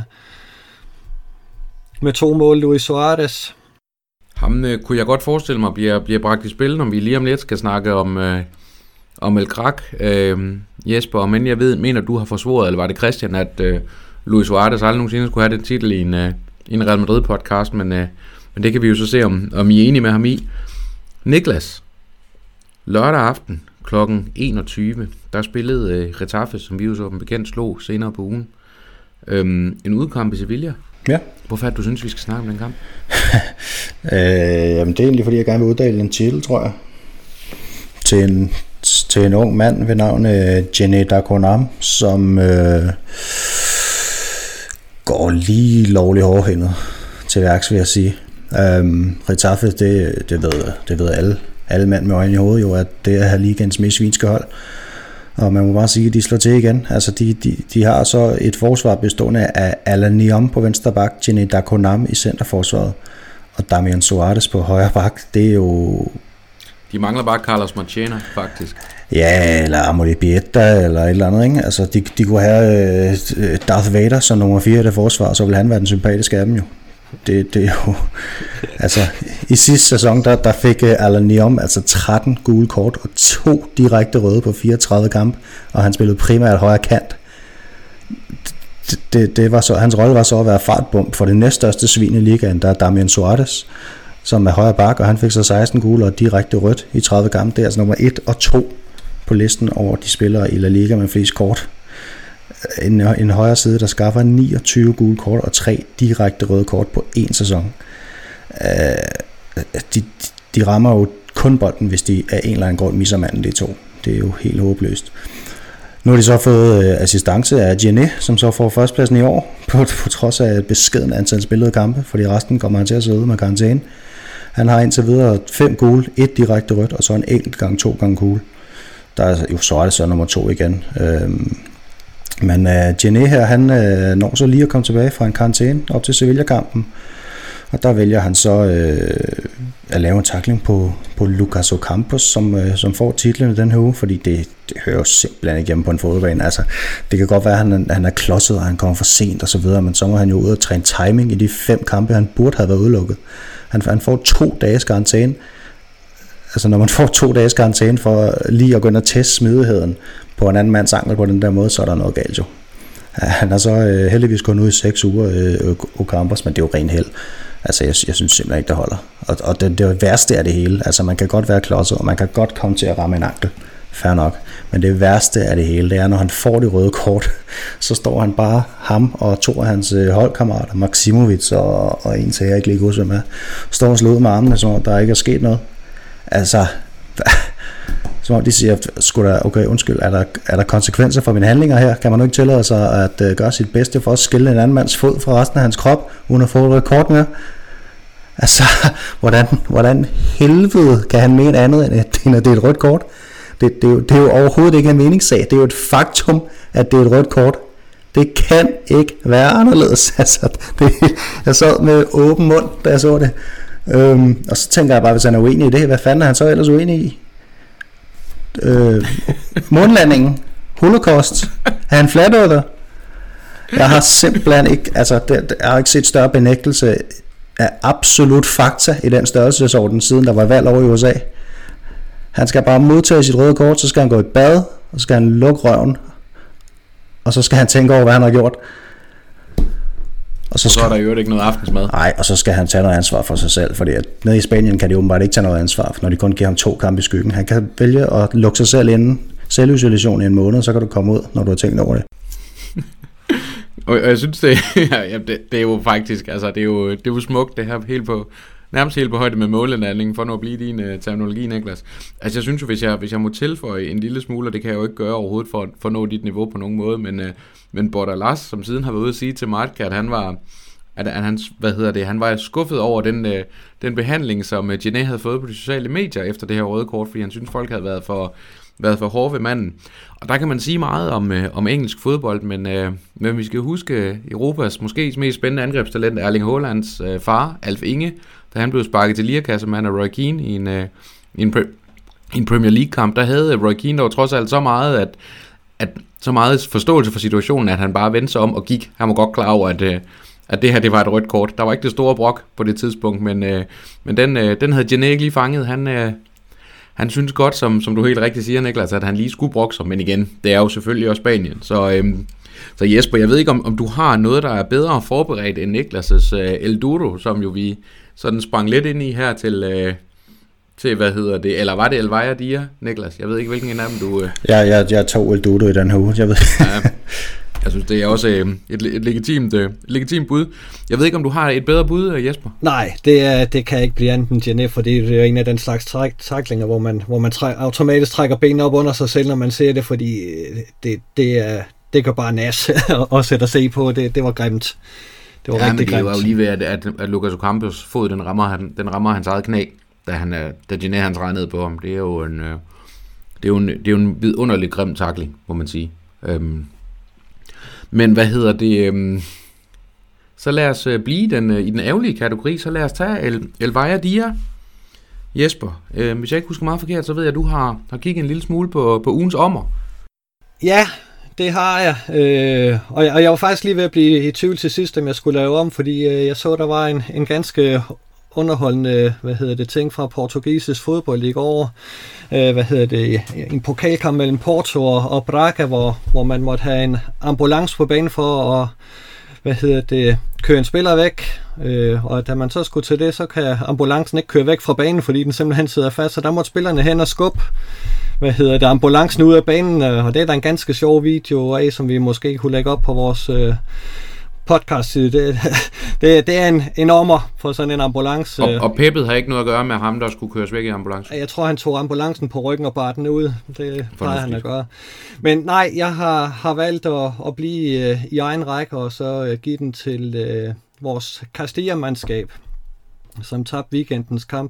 med 2 mål, Luis Suarez. Ham kunne jeg godt forestille mig bliver bragt i spil, når vi lige om lidt skal snakke om El Crack. Jesper, men jeg mener du har forsvoret, eller var det Christian, at Luis Suarez aldrig nogensinde skulle have den titel i en Real Madrid podcast, men det kan vi jo så se, om I er enige med ham i. Niklas, lørdag aften kl. 21, der spillede Getafe, som vi jo så bekendt slog senere på ugen, en udkamp i Sevilla. Ja. Hvorfor er det, du synes, vi skal snakke om den kamp? Jamen det er egentlig, fordi jeg gerne vil uddele en titel, tror jeg, til en ung mand ved navn Jenny Dakonam, som går lige lovligt hårdhændet til værks, vil jeg sige. Getafe, det ved alle mænd med øjne i hovedet jo, at det er ligens mest svinske hold. Og man må bare sige, at de slår til igen. Altså de har så et forsvar bestående af Alan Niom på venstre bak, Jenny Dakonam i centerforsvaret, og Damian Suarez på højre bak. Det er jo... De mangler bare Carlos Marchena, faktisk. Ja, eller Amori Bieta, eller et eller andet, ikke? Altså, de kunne have Darth Vader som nummer 4 i det forsvar, så ville han være den sympatiske af dem jo. Det er jo... Altså, i sidste sæson, der fik Alan Niom altså 13 gule kort og 2 direkte røde på 34 kampe, og han spillede primært højre kant. Det var så, hans rolle var så at være fartbomb for det næststørste svin i ligaen, der er Damian Suarez, som er højre bak, og han fik så 16 gule og direkte rødt i 30 kampe. Det er altså nummer 1 og 2 på listen over de spillere i La Liga med flest kort. En højre side, der skaffer 29 gule kort og 3 direkte røde kort på en sæson. De rammer jo kun bolden, hvis de af en eller anden grund misser manden, de 2. Det er jo helt håbløst. Nu har de så fået assistance af Jenny, som så får førstepladsen i år, på trods af et beskeden antal spillede kampe, fordi resten kommer han til at sidde med karantæne. Han har indtil videre 5 gule, 1 direkte rødt, og så en enkelt gang 2 gange gule. Der er jo så er det så nummer 2 igen. Men Jenny her, han når så lige at komme tilbage fra en karantæne op til Sevilla-kampen, og der vælger han så at lave en tackling på Lucas Ocampos, som får titlen i den her uge, fordi det hører jo simpelthen ikke hjemme på en fodboldbane. Altså, det kan godt være, at han er klodset, og han kommer for sent og så videre, men så må han jo ud og træne timing i de 5 kampe, han burde have været udelukket. Han får 2 dages karantæne. Altså, når man får 2 dages karantæne for lige at gå ind og teste smidigheden på en anden mands ankel på den der måde, så er der noget galt jo. Han har så heldigvis gået ud i 6 uger, Ocampos, men det er jo ren held. Altså, jeg synes simpelthen ikke, det holder. Og det værste er det hele. Altså, man kan godt være klodset, og man kan godt komme til at ramme en ankel. Fair nok. Men det værste af det hele, det er, når han får det røde kort, så står han bare, ham og 2 af hans holdkammerater, Maximovic og en til, jeg ikke lige husker med, står og slår ud med armene, så der ikke er sket noget. Altså, som om de siger, okay, undskyld, er der konsekvenser for mine handlinger her? Kan man nu ikke tillade sig at gøre sit bedste for at skille en anden mands fod fra resten af hans krop, uden at få et rekord med? Altså, hvordan helvede kan han mene andet, end at det er et rødt kort? Det er jo overhovedet ikke en meningssag. Det er jo et faktum, at det er et rødt kort. Det kan ikke være anderledes. Altså, jeg sad med åben mund, da jeg så det. Og så tænker jeg bare, hvis han er uenig i det, hvad fanden er han så ellers uenig i? Månelandingen, Holocaust, er han flat earther? Jeg har simpelthen ikke, altså jeg har ikke set større benægtelse af absolut fakta i den størrelsesorden, siden der var valg over i USA. Han skal bare modtage sit røde kort, så skal han gå i bad, og så skal han lukke røven, og så skal han tænke over, hvad han har gjort. Og så er der jo ikke noget aftensmad. Nej, og så skal han tage noget ansvar for sig selv, fordi at nede i Spanien kan de åbenbart ikke tage noget ansvar, når de kun giver ham 2 kampe i skyggen. Han kan vælge at lukke sig selv inde selvisolation i en måned, så kan du komme ud, når du har tænkt over det. Og jeg synes, det er jo faktisk, altså det er jo smukt, det her nærmest helt på højde med målelandingen, for nu at blive din terminologi, Niklas. Altså jeg synes jo, hvis jeg må tilføje en lille smule, og det kan jeg jo ikke gøre overhovedet for at nå dit niveau på nogen måde, men Bordalas, som siden har været ude at sige til Martka, at han var, han var skuffet over den behandling, som Gené havde fået på de sociale medier efter det her røde kort, fordi han synes, folk havde været for hårde ved manden. Og der kan man sige meget om engelsk fodbold, men vi skal huske Europas måske mest spændende angrebstalent, Erling Haalands far, Alf Inge, da han blev sparket til lirakassemand af Roy Keane i en Premier League-kamp. Der havde Roy Keane dog trods alt så meget, at så meget forståelse for situationen, at han bare vendte sig om og gik. Han var godt klar over, at det her det var et rødt kort. Der var ikke det store brok på det tidspunkt, men den havde Gené ikke lige fanget. Han synes godt, som du helt rigtigt siger, Niklas, at han lige skulle brokke sig, men igen, det er jo selvfølgelig også Spanien. Så Jesper, jeg ved ikke, om du har noget, der er bedre forberedt end Niklas' El Duro, som jo vi sådan sprang lidt ind i her til hvad hedder det, eller var det El Valladolid, Niklas? Jeg ved ikke, hvilken en af dem du... Jeg tog El Duro i den her uge, jeg ved. Ja, jeg synes, det er også et legitimt bud. Jeg ved ikke, om du har et bedre bud, Jesper? Nej, det kan ikke blive andet end Gené, fordi det er en af den slags tacklinger, hvor man automatisk trækker benene op under sig selv, når man ser det, fordi det kan bare nas og sætte at se på. Det var grimt. Det var rigtig grimt. Det var jo lige ved, at Lucas Ocampos fod, den rammer hans eget knæ, da Gené han træder ned på ham. Det er jo en vidunderlig grim tackling, må man sige. Men hvad hedder det? Så lad os blive i den ærgerlige kategori. Så lad os tage El Valladolid. Jesper, hvis jeg ikke husker meget forkert, så ved jeg, at du har kigget en lille smule på ugens ommer. Ja, det har jeg. Og jeg var faktisk lige ved at blive i tvivl til sidst, om jeg skulle lave om, fordi jeg så, der var en ganske underholdende, ting fra portugisisk fodbold i går. En pokalkamp mellem Porto og Braga, hvor man måtte have en ambulance på banen for at køre en spiller væk. Og da man så skulle til det, så kan ambulancen ikke køre væk fra banen, fordi den simpelthen sidder fast, så der måtte spillerne hen og skubbe ambulancen ud af banen, og det er der en ganske sjov video af, som vi måske kunne lægge op på vores podcast-side. Det er en ommer for sådan en ambulance. Og Peppet har ikke noget at gøre med ham, der skulle køres væk i ambulancen? Jeg tror, han tog ambulancen på ryggen og bar den ud. Det plejer han at gøre. Men nej, jeg har valgt at blive i egen række, og så give den til vores Castilla-mandskab, som tabte weekendens kamp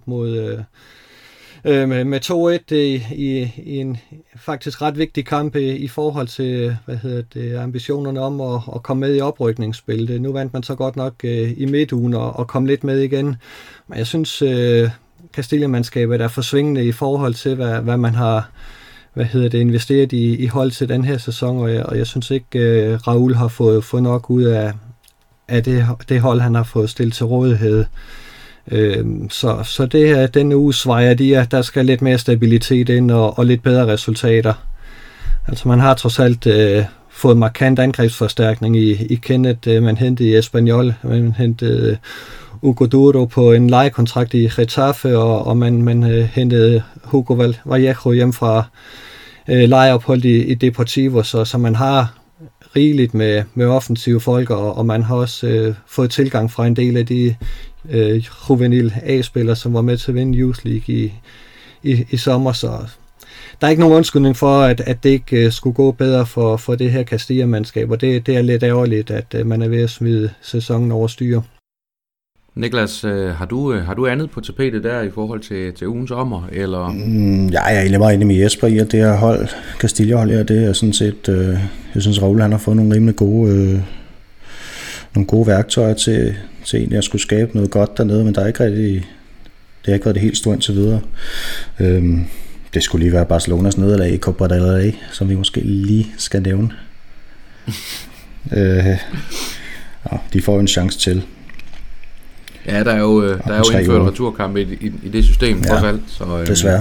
med 2-1 i en faktisk ret vigtig kamp i forhold til ambitionerne om at komme med i oprykningsspil. Nu vandt man så godt nok i midtugen og kom lidt med igen. Men jeg synes, Castilla-mandskabet er forsvingende i forhold til, hvad man har investeret i hold til den her sæson, og jeg synes ikke, Raul har fået nok ud af det hold, han har fået stillet til rådighed. Så det er denne uges Valladolid, der skal lidt mere stabilitet ind og lidt bedre resultater. Altså man har trods alt fået markant angrebsforstærkning i Kenneth, man hentede i Espanyol, man hentede Hugo Duro på en lejekontrakt i Getafe, og man hentede Hugo Vallejo hjem fra lejeophold i Deportivo, så man har rigeligt med offensive folk, og man har også fået tilgang fra en del af de juvenil A-spillere, som var med til at vinde Youth League i sommer, så der er ikke nogen undskyldning for, at det ikke skulle gå bedre for det her Castilla-mandskab, og det er lidt ærgerligt, at man er ved at smide sæsonen over styr. Niklas, har du andet på tapetet der i forhold til ugens ommer, eller? Ja, jeg er egentlig meget enig med Jesper i, at det her hold, Castilla-hold her, det er sådan set, jeg synes Raul, han har fået nogle rimelig gode værktøjer til egentlig at skulle skabe noget godt dernede, men der er ikke rigtig, det har ikke været det helt store indtil videre. Det skulle lige være Barcelonas nederlag i Copa del Rey, som vi måske lige skal nævne. De får en chance til. Ja, der er jo indført returkamp i det system, trods alt. Så, desværre.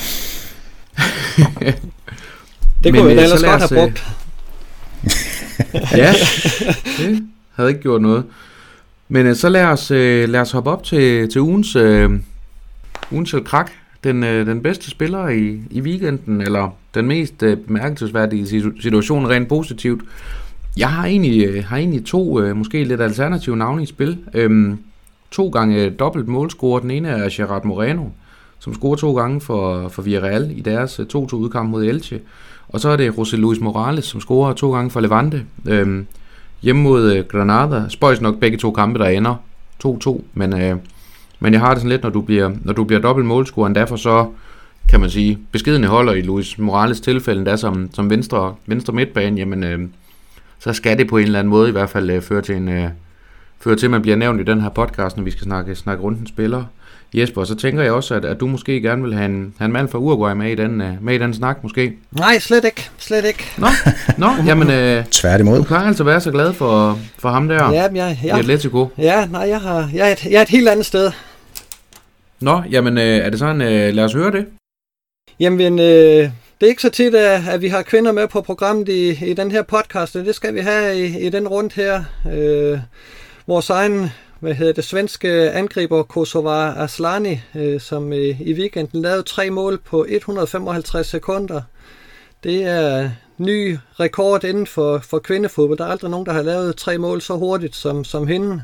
Det kunne vi ellers godt have brugt. Ja, det havde ikke gjort noget. Men så lad os hoppe op til ugens krak. Den bedste spiller i weekenden, eller den mest bemærkelsesværdige situation rent positivt. Jeg har egentlig to måske lidt alternative navne i spil. 2 gange dobbelt målscorer. Den ene er Gerard Moreno, som scorer 2 gange for Villarreal i deres 2-2 udkamp mod Elche. Og så er det José Luis Morales, som scorer 2 gange for Levante. Hjemme mod Granada. Spøjs nok begge 2 kampe, der ender 2-2. Men jeg har det sådan lidt, når du bliver dobbelt målscorer, derfor så kan man sige, beskedne holder i Luis Morales tilfælde, der som venstre midtbane, jamen så skal det på en eller anden måde i hvert fald føre til, at man bliver nævnt i den her podcast, når vi skal snakke rundt en spiller. Jesper, så tænker jeg også, at du måske gerne vil have en mand fra Uruguay med i den snak, måske? Nej, slet ikke. Nå, jamen... Tværtimod. Du plejer altså at være så glad for ham der i Atletico. Ja, nej, jeg er et helt andet sted. Nå, jamen er det sådan, lad os høre det? Jamen, det er ikke så tit, at vi har kvinder med på programmet i den her podcast, det skal vi have i den rundt her. Vores egen, svenske angriber Kosovare Asllani, som i weekenden lavede 3 mål på 155 sekunder. Det er ny rekord inden for kvindefodbold. Der er aldrig nogen, der har lavet 3 mål så hurtigt som hende.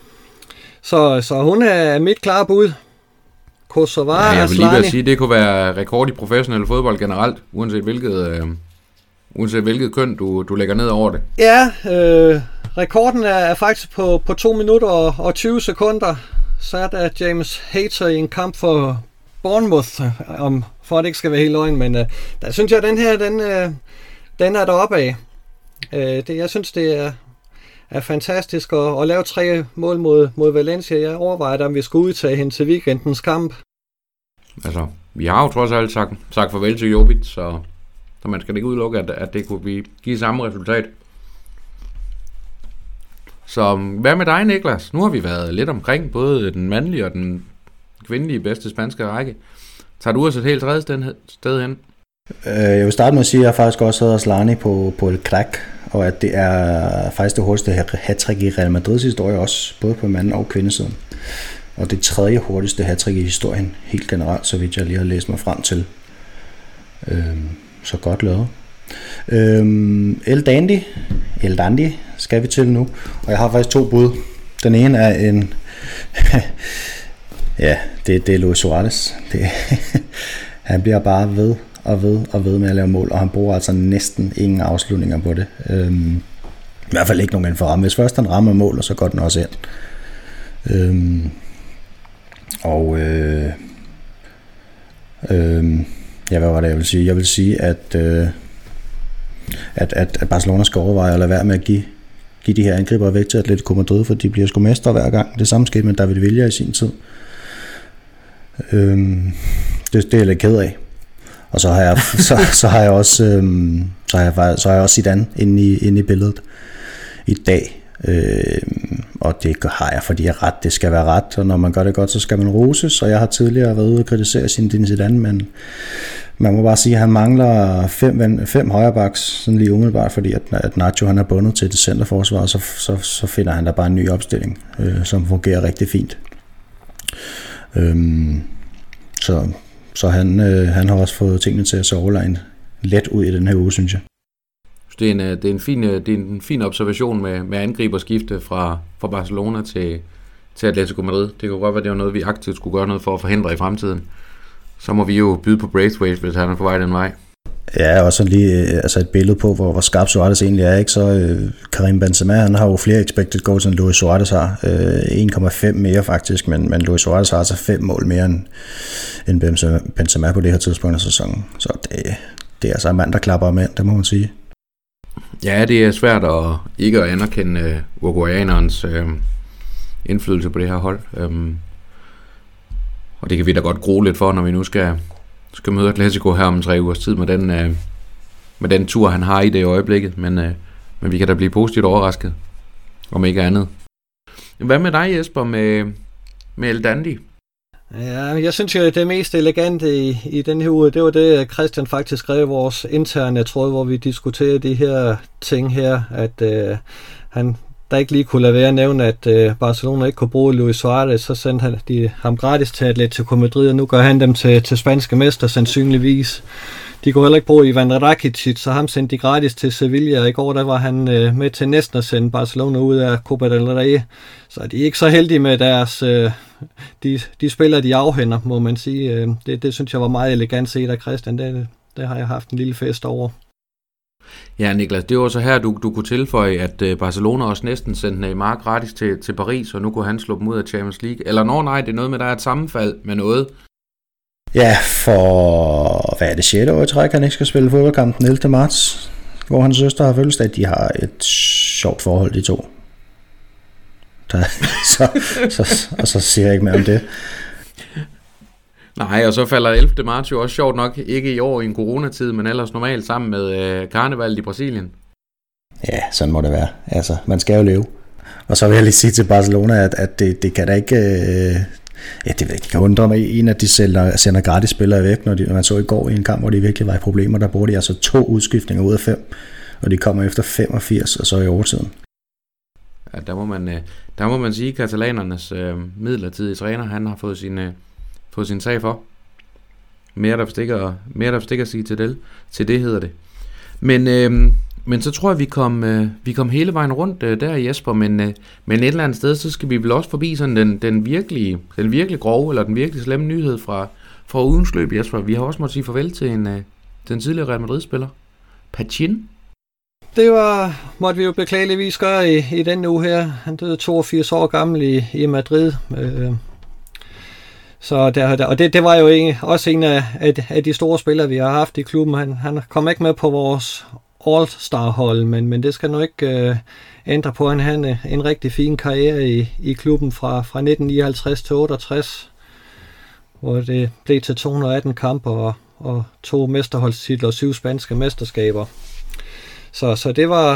Så hun er mit klare bud. Kosovare Asllani. Jeg vil lige sige, at det kunne være rekord i professionel fodbold generelt, uanset hvilket køn du lægger ned over det. Ja, rekorden er faktisk på 2 minutter og 20 sekunder. Så er der James Hayter i en kamp for Bournemouth, for at det ikke skal være helt løgn, men der synes jeg, at den her, den er deroppe af. Jeg synes, det er fantastisk at lave 3 mål mod Valencia. Jeg overvejer, om vi skal udtage hende til weekendens kamp. Altså, vi har jo trods alt sagt farvel til Jovic, så man skal ikke udelukke, at det kunne give samme resultat. Så hvad med dig, Niklas? Nu har vi været lidt omkring både den mandlige og den kvindelige bedste spanske række. Tager du også et helt tredje sted hen? Jeg vil starte med at sige, at jeg faktisk også havde Asllani på El Crack, og at det er faktisk det hurtigste hattrick i Real Madrids historie også, både på mand- og kvindesiden. Og det 3. hurtigste hattrick i historien, helt generelt, så vidt jeg lige har læst mig frem til. Så godt lavet. El Dandy skal vi til nu, og jeg har faktisk 2 bud. Den ene er en... ja, det er Luis Suarez. Han bliver bare ved med at lave mål, og han bruger altså næsten ingen afslutninger på det. I hvert fald ikke nogen inden for ramme. Hvis først han rammer mål, så går den også ind. Ja, hvad var det, jeg vil sige? Jeg vil sige, at Barcelona skal overveje at lade være med at give de her angriber væk til Atletico Madrid, for de bliver sgu mestre hver gang. Det samme skete med David Villa i sin tid. Det er jeg lidt ked af. Og så har jeg også Zidane inde i billedet i dag. Og det har jeg, fordi det skal være ret, og når man gør det godt, så skal man roses, og jeg har tidligere været ude og kritisere sin Zidane, men man må bare sige, at han mangler 5 højrebacks, sådan lige umiddelbart, fordi at Nacho han er bundet til det centerforsvar, og så finder han der bare en ny opstilling, som fungerer rigtig fint. Så han har også fået tingene til at se overlegnet let ud i den her uge, synes jeg. Det er en fin observation med angriberskifte fra Barcelona til Atletico Madrid. Det kunne godt være, det var noget, vi aktivt skulle gøre noget for at forhindre i fremtiden. Så må vi jo byde på Braithwaite, hvis han er på vej den vej. Ja, også lige et billede på, hvor skarp Suarez egentlig er, ikke? Så Karim Benzema, han har jo flere expected goals, end Luis Suarez har. 1,5 mere faktisk, men Luis Suarez har altså 5 mål mere end Benzema på det her tidspunkt af sæsonen. Så det er altså en mand, der klapper med, det må man sige. Ja, det er svært ikke at anerkende uruguayanerens indflydelse på det her hold. Og det kan vi da godt grue lidt for, når vi nu skal møde Atletico her om 3 ugers tid med den tur, han har i det øjeblikket. Men vi kan da blive positivt overrasket, om ikke andet. Hvad med dig, Jesper, med El Dandy? Ja, jeg synes jo, at det mest elegante i den her uge, det var det, Christian faktisk skrev i vores interne tråd, hvor vi diskuterede de her ting her, at han der ikke lige kunne lade være at nævne, at Barcelona ikke kunne bruge Luis Suarez, så sendte de ham gratis til Atletico Madrid, og nu gør han dem til spanske mester sandsynligvis. de kunne heller ikke bruge Ivan Rakitic, så ham sendte de gratis til Sevilla, og i går der var han med til næsten at sende Barcelona ud af Copa del Rey. Så de er ikke så heldige med deres... De spiller, de afhænder, må man sige. Det synes jeg var meget elegant set af Christian. Det har jeg haft en lille fest over. Ja, Niklas, det var så her, du kunne tilføje, at Barcelona også næsten sendte Neymar gratis til Paris, og nu kunne han slå dem ud af Champions League. Eller nej, det er noget med, der er et sammenfald med noget. Ja, for hvad er det, 6. år i træk, han ikke skal spille fodboldkamp den 11. marts, hvor hans søster har fødselsdag. De har et sjovt forhold, de to. Og så siger jeg ikke mere om det. Nej, og så falder 11. marts jo også sjovt nok ikke i år i en coronatid, men ellers normalt sammen med karneval i Brasilien. Ja, sådan må det være. Altså, man skal jo leve. Og så vil jeg lige sige til Barcelona, at det kan da ikke... det kan undre mig, en af de sender gratis spillere væk, når man så i går i en kamp, hvor de virkelig var i problemer. Der bruger de altså 2 udskiftninger ud af 5, og de kommer efter 85, og så i overtiden. Ja, der må man sige, at katalanernes midlertidige træner, han har fået sin sag for. Mere der stikker at sige til det hedder det. Men så tror jeg, vi kom hele vejen rundt der, Jesper, men et eller andet sted, så skal vi vel også forbi sådan den virkelig grove, eller den virkelig slemme nyhed fra ugens løb, Jesper. Vi har også måttet sige farvel til den tidligere Real Madrid-spiller, Pachin. Det måtte vi jo beklageligvis gøre i den uge her. Han døde 82 år gammel i Madrid. Så det var jo også en af de store spillere, vi har haft i klubben. Han kom ikke med på vores All-Star-hold, men det skal nu ikke ændre på. Han havde en rigtig fin karriere i klubben fra 1959 til 68, hvor det blev til 218 kampe og 2 mesterholdstitler og 7 spanske mesterskaber. Så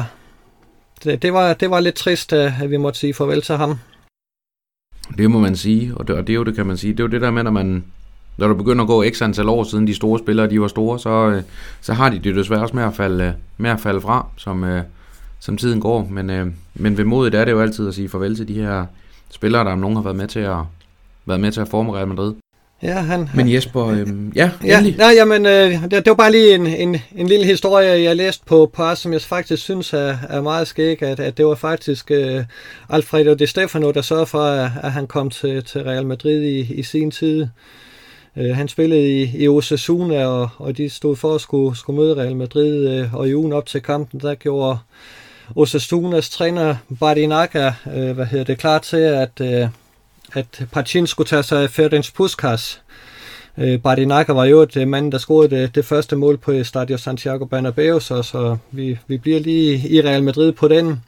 det var lidt trist, at vi måtte sige farvel til ham. Det må man sige, og det er jo det, kan man sige. Det er jo det der med, når der begynder at gå x antal år siden de store spillere, de var store, så har de det desværre også med at falde fra, som tiden går. Men ved modet er det jo altid at sige farvel til de her spillere, der om nogen har været med til at forme Real Madrid. Ja, Men Jesper, endelig. Det var bare lige en lille historie, jeg læste på Pass, som jeg faktisk synes er meget skæg, at det var faktisk Alfredo Di Stefano, der sørgede for, at han kom til Real Madrid i sin tid. Han spillede i Osasuna, og de stod for at skulle møde Real Madrid, og i ugen op til kampen, der gjorde Osasunas træner Bardinaga klar til, at Pachin skulle tage sig af Ferenc Puskás. Bardinaga var jo et mand, der scorede det første mål på Estadio Santiago Bernabéu, så vi bliver lige i Real Madrid på den.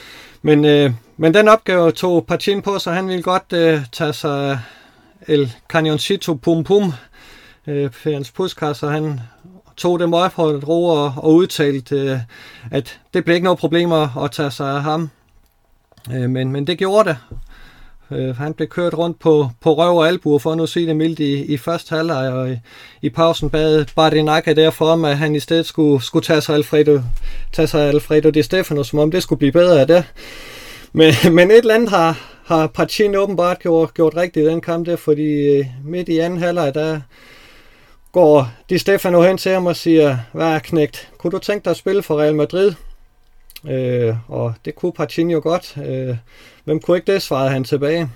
Men den opgave tog Pachin på, så han ville godt tage sig El Cañoncito Pum Pum, Ferenc Puskás, og han tog dem op på et ro og udtalte, at det blev ikke noget problem at tage sig af ham. Men det gjorde det. Han blev kørt rundt på røv og albuer, for at nu sige det mildt, i første halvleg, og i pausen bad Bardinaga derfor om, at han i stedet skulle tage sig Alfredo Di Stefano, som om det skulle blive bedre af det. Men et eller andet har Pachin åbenbart gjort rigtigt i den kamp der, fordi midt i anden halvleg, der går Di Stefano hen til ham og siger, hvad er knægt, kunne du tænke dig at spille for Real Madrid? Og det kunne Pachin jo godt. Hvem kunne ikke det, svarede han tilbage.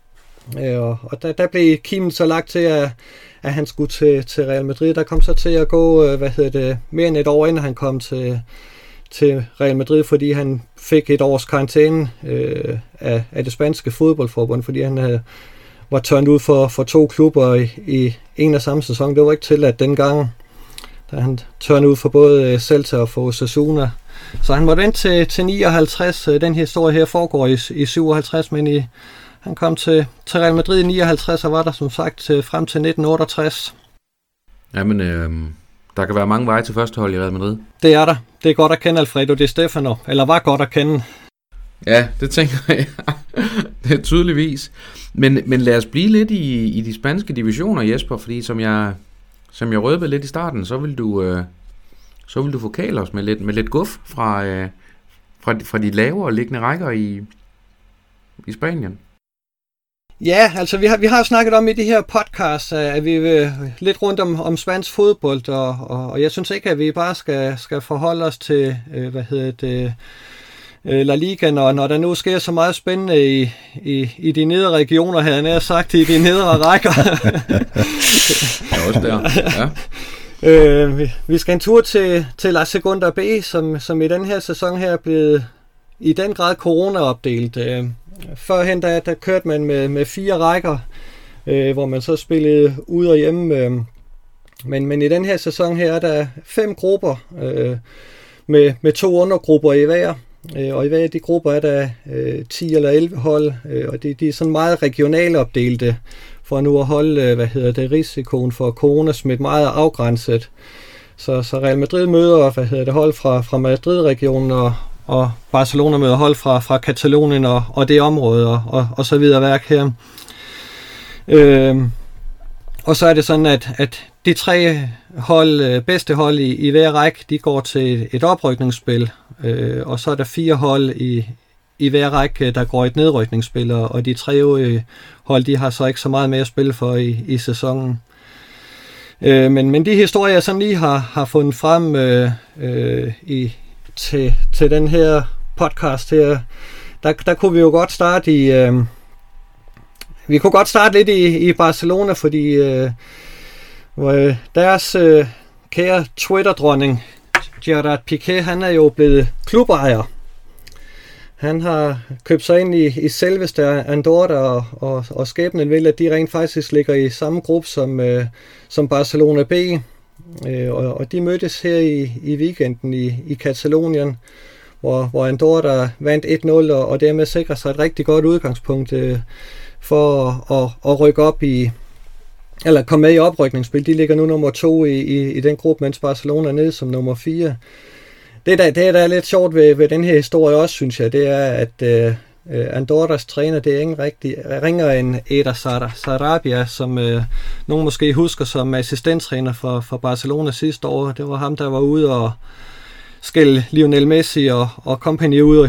Og der blev kimen så lagt til, at han skulle til Real Madrid. Der kom så til at gå mere end et år, inden han kom til Real Madrid, fordi han fik et års karantæne af det spanske fodboldforbund, fordi han var tørnet ud for 2 klubber i en og samme sæson. Det var ikke til, at dengang, da han tørnet ud for både Celta og for Osasuna. Så han måtte ind til 59. Den historie her foregår i 57, men han kom til Real Madrid i 59 og var der som sagt frem til 1968. Jamen, der kan være mange veje til førstehold i Real Madrid. Det er der. Det er godt at kende Alfredo Di Stefano, eller var godt at kende. Ja, det tænker jeg. Det er tydeligvis. Men lad os blive lidt i de spanske divisioner, Jesper, fordi som jeg røbede lidt i starten, så vil du forkæle os med lidt guf fra de lavere liggende rækker i Spanien. Ja, altså vi har jo snakket om i de her podcasts, at vi er lidt rundt om spansk fodbold, og jeg synes ikke, at vi bare skal forholde os til, La Liga, når der nu sker så meget spændende i de nedre regioner, havde jeg sagt, i de nedre rækker. Også der, ja. Vi skal en tur til La Segunda B, som i den her sæson her er blevet i den grad corona-opdelt. Førhen der kørte man med 4 rækker, hvor man så spillede ude og hjemme. Men i den her sæson her er der 5 grupper med 2 undergrupper i hver. Og i hver af de grupper er der 10 eller 11 hold, og de er sådan meget regionalt opdelte, for nu at holde risikoen for coronasmit meget afgrænset. Så Real Madrid møder hold fra Madrid-regionen, og Barcelona møder hold fra Katalonien og det område, og så videre værk her. Og så er det sådan, at de 3 bedste hold i hver række, de går til et oprykningsspil, og så er der 4 hold i hver række, der går et nedrykningsspil, og de 3 hold, de har så ikke så meget mere at spille for i sæsonen. Men de historier, jeg sådan lige har fundet frem til den her podcast her, der kunne vi jo godt starte vi kunne godt starte lidt i Barcelona, fordi deres kære Twitter-dronning Gerard Piqué, han er jo blevet klubejer. Han har købt sig ind i selveste Andorra, og skæbnen vil, at de rent faktisk ligger i samme gruppe som Barcelona B. Og de mødtes her i weekenden i Katalonien, hvor Andorra vandt 1-0, og dermed sikrer sig et rigtig godt udgangspunkt for at rykke op eller komme med i oprykningsspil. De ligger nu nummer 2 i den gruppe, mens Barcelona er nede som nummer 4. Det der er lidt sjovt ved den her historie også, synes jeg, det er, at Andorras træner, det er ingen rigtig ringer end Eder Sarabia, som nogen måske husker som assistenttræner for Barcelona sidste år. Det var ham, der var ude og skælde Lionel Messi og company ud,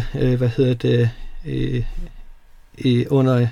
under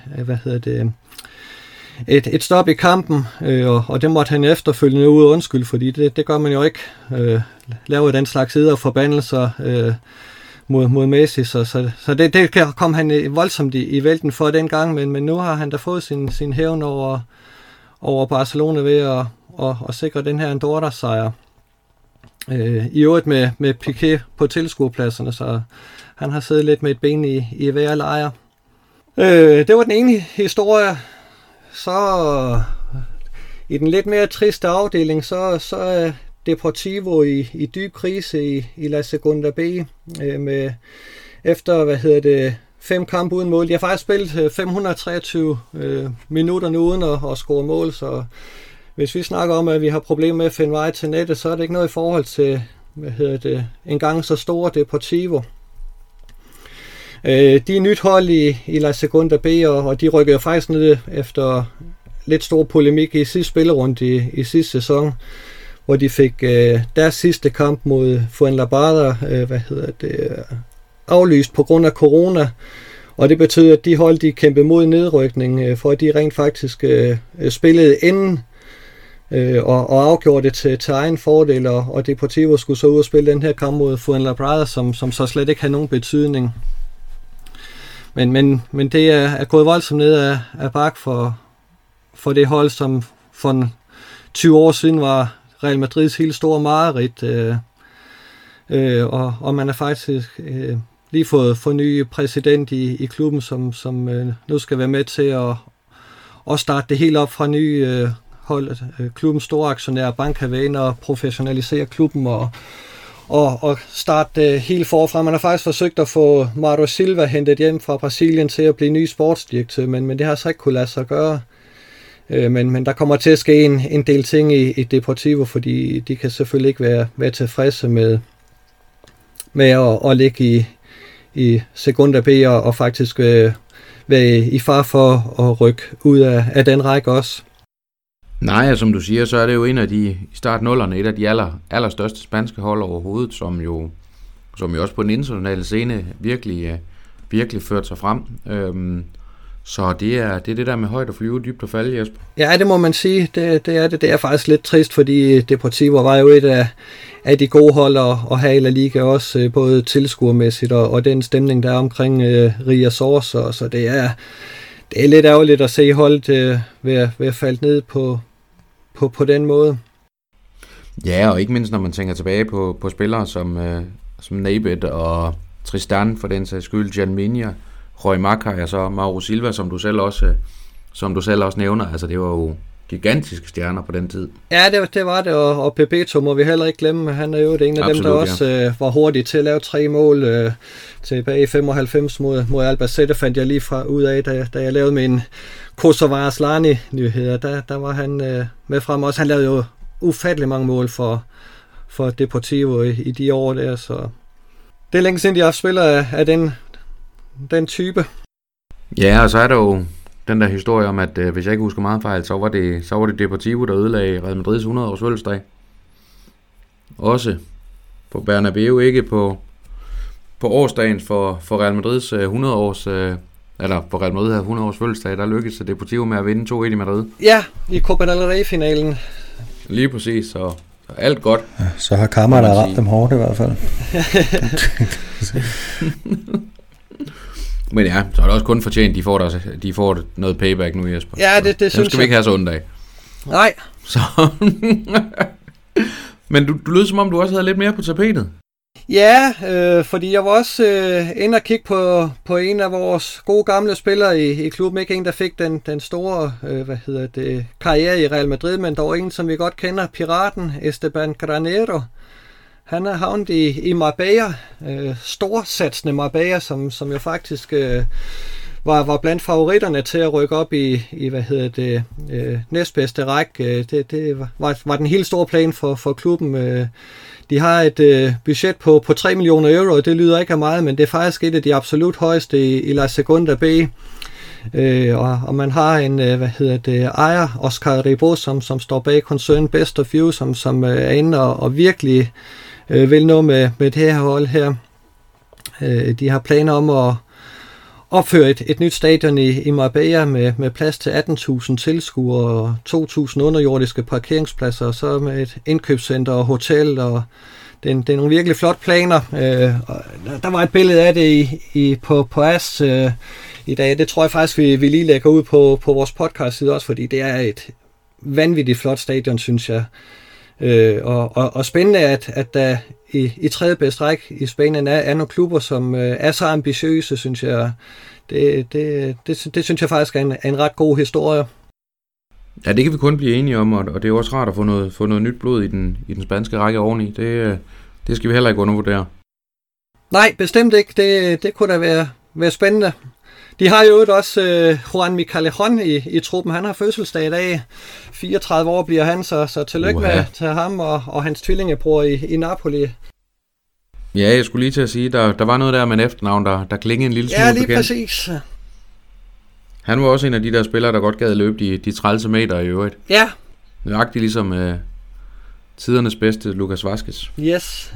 et stop i kampen, og det måtte han efterfølgende ud og undskylde, fordi det gør man jo ikke, lave den slags eder og forbandelser mod Messi, så det kom han voldsomt i vælten for dengang, men nu har han da fået sin hævn over Barcelona ved at sikre den her Andorra-sejr. I øvrigt med Piqué på tilskuerpladserne, så han har siddet lidt med et ben i hver lejr. Det var den ene historie. Så i den lidt mere triste afdeling, så er Deportivo i dyb krise i La Segunda B, med efter 5 kampe uden mål. De har faktisk spillet 523 minutter nu uden at score mål, så hvis vi snakker om, at vi har problemer med at finde vej til nettet, så er det ikke noget i forhold til en gang så store Deportivo. De er nyt hold i La Segunda B, og de rykkede faktisk ned efter lidt stor polemik i sidste spillerunde i sidste sæson, hvor de fik deres sidste kamp mod Fuenlabrada aflyst på grund af corona, og det betød, at de hold, de kæmpede mod nedrykning, for at de rent faktisk spillede inden og afgjorde det til egen fordel, og Deportivo skulle så ud og spille den her kamp mod Fuenlabrada, som så slet ikke havde nogen betydning. Men det er gået voldsomt ned af bak for det hold, som for 20 år siden var Real Madrids helt store mareridt. Og man har faktisk lige fået ny præsident i klubben, som nu skal være med til at starte det helt op fra ny hold. Klubbens store aktionær Banca og professionalisere klubben og starte helt forfra. Man har faktisk forsøgt at få Mauro Silva hentet hjem fra Brasilien til at blive ny sportsdirektør, men det har så ikke kunne lade sig gøre. Men der kommer til at ske en del ting i Deportivo, fordi de kan selvfølgelig ikke være tilfredse med at ligge i Segunda B og faktisk være i far for at rykke ud af den række også. Nej, som du siger, så er det jo en af de i start-nullerne, et af de allerstørste spanske hold overhovedet, som jo også på den internationale scene virkelig ført sig frem. Så det er det der med højt at flyve, dybt og falde, Jesper. Ja, det må man sige. Det er det. Det er faktisk lidt trist, fordi Deportivo var jo et af de gode hold at have i La Liga også, både tilskuermæssigt og den stemning, der er omkring Riazor. Så det er lidt ærgerligt at se holdet ved at falde ned på den måde. Ja, og ikke mindst når man tænker tilbage på spillere som Nabet og Tristan, for den sags skyld, Jan Minja, Roy Mackay og så Mauro Silva, som du selv også nævner. Altså det var jo gigantiske stjerner på den tid. Ja, det var det, og Bebeto må vi heller ikke glemme. Han er jo en af dem, der også var hurtig til at lave 3 mål tilbage i 95 mod Albacete, fandt jeg lige fra ud af, da jeg lavede min Kosovar Aslani-nyheder. Der var han med frem også. Han lavede jo ufattelig mange mål for Deportivo i de år der, så det er længe siden, de har haft spillere af den type. Ja, og så er der jo den der historie om, at hvis jeg ikke husker meget fejl, så var det Deportivo, der ødelagde Real Madrids 100-års fødselsdag. Også på Bernabeu, ikke på årsdagen for Real Madrids 100-års eller for Real Madrid havde 100-års fødselsdag, der lykkedes Deportivo med at vinde 2-1 i Madrid. Ja, i Copa del Rey-finalen. Lige præcis, så alt godt. Ja, så har Kammer der ramt dem hårdt i hvert fald. Men ja, så er det også kun fortjent, de får noget payback nu, Jesper. Ja, det synes jeg. Det skal vi ikke have så ondt af. Nej. Så. Men du lød som om, du også havde lidt mere på tapetet. Ja, fordi jeg var også inde og kigge på en af vores gode gamle spillere i klubben. Ikke en, der fik den store karriere i Real Madrid, men dog en, som vi godt kender, piraten Esteban Granero. Han er havnet i Marbella, storsatsende Marbella, som jo faktisk var blandt favoritterne til at rykke op i næstbedste række. Det var den helt store plan for klubben. De har et budget på 3 millioner euro, og det lyder ikke af meget, men det er faktisk et af de absolut højeste i La Segunda B. Og man har en ejer, Oscar Ribot, som står bag koncernen Best of You, som er inde og virkelig vil nå med det her hold her. De har planer om at opføre et nyt stadion i Marbella med plads til 18.000 tilskuere og 2.000 underjordiske parkeringspladser, og så med et indkøbscenter og hotel, og det er nogle virkelig flotte planer. Der var et billede af det på AS i dag. Det tror jeg faktisk, vi lige lægger ud på vores podcast-side også, fordi det er et vanvittigt flot stadion, synes jeg. Og spændende, at der i tredje bedste række i Spanien er nogle klubber, som er så ambitiøse, synes jeg. Det synes jeg faktisk er en ret god historie. Ja, det kan vi kun blive enige om, og det er også rart at få noget nyt blod i den spanske række oveni. Det skal vi heller ikke undervurdere. Nej, bestemt ikke. Det kunne da være spændende. De har jo også Juan Micalejón i truppen. Han har fødselsdag i dag. 34 år bliver han, så tillykke med til ham og hans tvillingebror i Napoli. Ja, jeg skulle lige til at sige, der var noget der med en efternavn, der klingede en lille smule bekendt. Ja, lige præcis. Han var også en af de der spillere, der godt gad løbe de 30 meter i øvrigt. Ja. Nøjagtigt ligesom tidernes bedste Lucas Vázquez. Yes.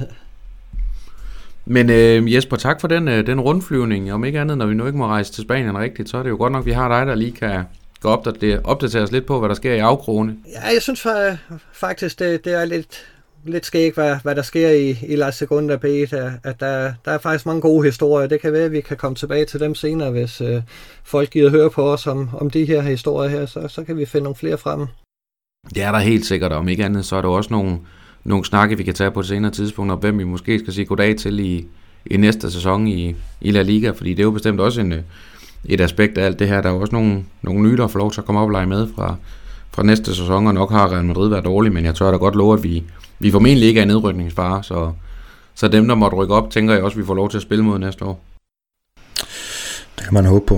Men Jesper, tak for den rundflyvning. Om ikke andet, når vi nu ikke må rejse til Spanien rigtigt, så er det jo godt nok, vi har dig, der lige kan opdatere os lidt på, hvad der sker i afkrogene. Ja, jeg synes faktisk, det er lidt skægt, hvad der sker i La Segunda B, at der er faktisk mange gode historier. Det kan være, at vi kan komme tilbage til dem senere, hvis folk gider høre på os om de her historier her, så kan vi finde nogle flere frem. Det er der helt sikkert, om ikke andet, så er der også nogle snakke, vi kan tage på et senere tidspunkt, om hvem vi måske skal sige goddag til i næste sæson i La Liga, fordi det er jo bestemt også et aspekt af alt det her. Der er også nogle nye, der får lov til at komme op og lege med fra næste sæson, og nok har Real Madrid været dårlig, men jeg tør da godt love, at vi formentlig ikke er nedrykningsfare, så dem, der måtte rykke op, tænker jeg også, at vi får lov til at spille mod næste år. Det kan man håbe på.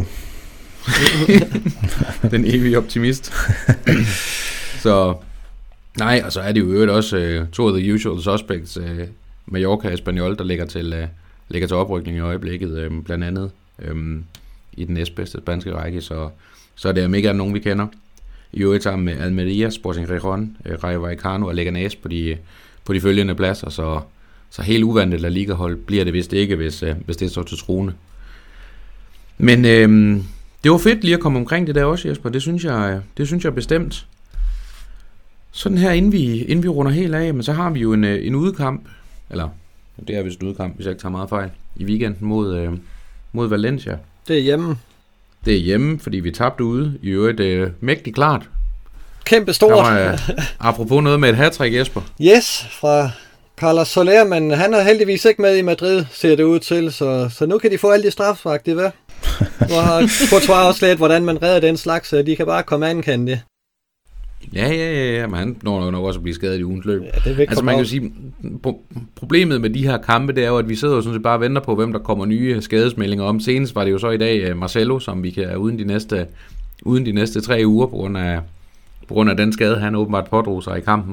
Den evige optimist. Så nej, og så er det jo øvrigt også to of the usual suspects, Mallorca og Espanyol, der ligger til oprykning i øjeblikket, blandt andet i den næstbedste spanske række, så det er mega nogen, vi kender. I øvrigt sammen med Almeria, Sporting Gijón, Rayo Vallecano og Leganés på de følgende pladser, så helt uvandet La Liga-hold bliver det vist ikke, hvis det står til troende. Men det Det var fedt lige at komme omkring det der også, Jesper. Det synes jeg bestemt. Sådan her, inden vi runder helt af, men så har vi jo en udekamp, eller det er vist en udekamp, hvis jeg ikke tager meget fejl, i weekenden mod Valencia. Det er hjemme. Det er hjemme, fordi vi tabte ude. I øvrigt mægtigt klart. Kæmpe stort. Apropos noget med et hattrick, Jesper. Yes, fra Carlos Soler, men han er heldigvis ikke med i Madrid, ser det ud til, så nu kan de få alle de strafspark, det var. Nu har Courtois også lidt, hvordan man redder den slags, så de kan bare komme an, kan det. Ja, men han når nok også at blive skadet i ugens løb. Ja, det altså man kan jo sige, problemet med de her kampe, det er jo, at vi sidder jo sådan set bare og venter på, hvem der kommer nye skadesmeldinger om. Senest var det jo så i dag Marcelo, som vi kan uden de næste 3 uger, på grund af den skade, han åbenbart pådrog sig i kampen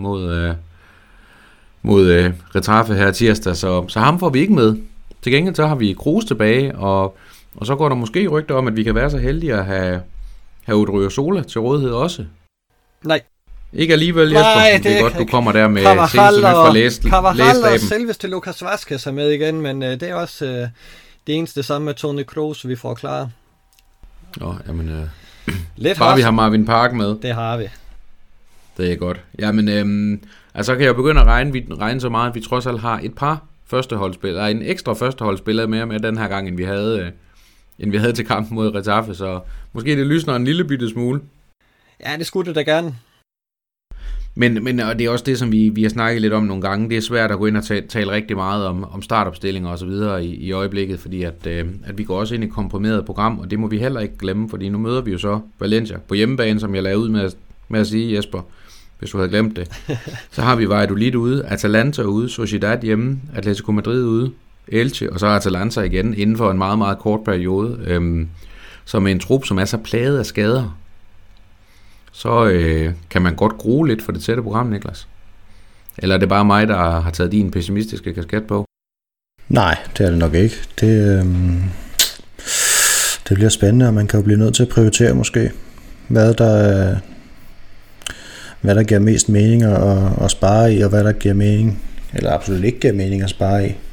mod Getafe her tirsdag, så ham får vi ikke med. Til gengæld så har vi Kroos tilbage, og så går der måske rygter om, at vi kan være så heldige at have Odriozola til rådighed også. Nej. Ikke alligevel, Jesper. Nej, det er godt, du kommer der med Carvajal og selveste Lucas Vazquez er med igen, men det er også det eneste sammen med Toni Kroos, vi får klar. Jamen, lidt bare vi har Marvin Park med. Det har vi. Det er godt. Jamen, altså kan jeg begynde at regne så meget, at vi trods alt har et par førsteholdsspillere, en ekstra førsteholdsspiller med den her gang, end vi havde til kampen mod Getafe, så måske det lysner en lille bitte smule. Ja, det skulle det da gerne. Men og det er også det, som vi har snakket lidt om nogle gange. Det er svært at gå ind og tale rigtig meget om startopstillinger og så videre i øjeblikket, fordi at vi går også ind i et komprimeret program, og det må vi heller ikke glemme, fordi nu møder vi jo så Valencia på hjemmebane, som jeg lavede ud med at sige, Jesper, hvis du havde glemt det. Så har vi Valladolid ude, Atalanta ude, Sociedad hjemme, Atletico Madrid ude, Elche, og så Atalanta igen inden for en meget, meget kort periode, som er en trup, som er så plaget af skader. Så kan man godt grue lidt for det tætte program, Niklas. Eller er det bare mig, der har taget din pessimistiske kasket på? Nej, det er det nok ikke. Det bliver spændende, og man kan jo blive nødt til at prioritere måske, hvad der giver mest mening at spare i, og hvad der giver mening, eller absolut ikke giver mening at spare i.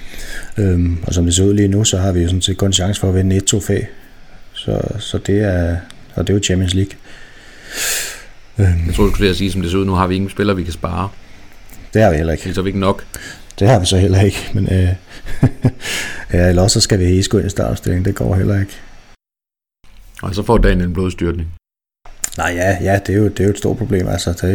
Og som det ser ud lige nu, så har vi jo sådan set kun chance for at vinde et trofæ. Så det er jo Champions League. Jeg tror, du skulle sige, som det ser ud nu, har vi ingen spillere, vi kan spare. Det har vi heller ikke. Så er vi ikke nok. Det har vi så heller ikke, men ja, eller også skal vi have iskud i startopstillingen, det går heller ikke. Og så får Daniel en blodstyrtning. Nej, ja, det er jo et stort problem, altså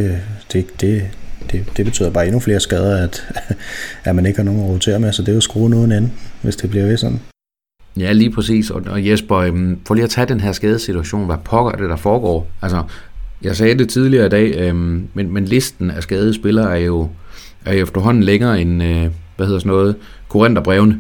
det betyder bare endnu flere skader, at man ikke har nogen at rotere med, så det er jo skruen uden ende, hvis det bliver ved sådan. Ja, lige præcis, og Jesper, for lige at tage den her skadesituation, hvad pokker det, der foregår? Altså, jeg sagde det tidligere i dag, men listen af skadede spillere er jo efterhånden længere end, Korintherbrevene.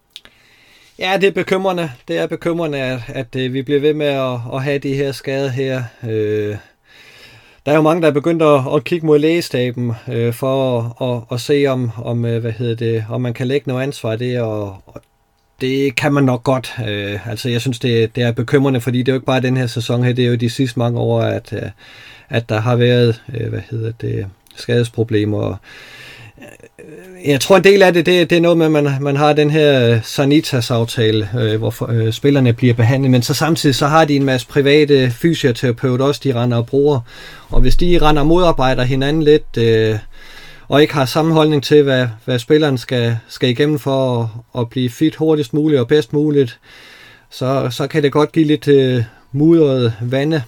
Ja, det er bekymrende. Det er bekymrende, at vi bliver ved med at have de her skader her. Der er jo mange, der er begyndt at kigge mod lægestaben for at se, om man kan lægge noget ansvar i det, og det kan man nok godt. Altså, jeg synes, det er bekymrende, fordi det er jo ikke bare den her sæson her, det er jo de sidste mange år, at der har været, skadesproblemer. Jeg tror, en del af det er noget med, at man har den her Sanitas-aftale, hvor spillerne bliver behandlet, men så samtidig så har de en masse private fysioterapeuter også, de render og bruger. Og hvis de render og modarbejder hinanden lidt, og ikke har sammenholdning til, hvad spilleren skal igennem for at blive fit hurtigst muligt og bedst muligt, så kan det godt give lidt mudret vande.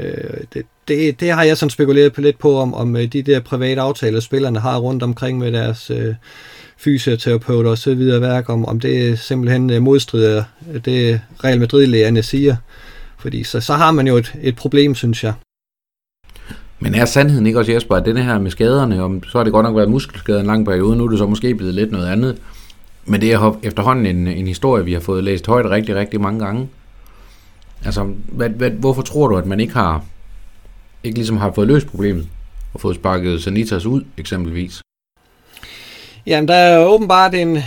Det har jeg sådan spekuleret lidt på, om de der private aftaler, spillerne har rundt omkring med deres fysioterapeuter og så videre værk, om det simpelthen modstrider det Real Madrid-lægerne siger. Fordi så har man jo et problem, synes jeg. Men er sandheden ikke også, Jesper, at denne her med skaderne, så har det godt nok været muskelskader en lang periode, nu er det så måske blevet lidt noget andet. Men det er efterhånden en historie, vi har fået læst højt rigtig, rigtig mange gange. Altså, hvorfor tror du, at man ikke ligesom har fået løst problemet og fået sparket Sanitas ud, eksempelvis? Jamen, der er åbenbart en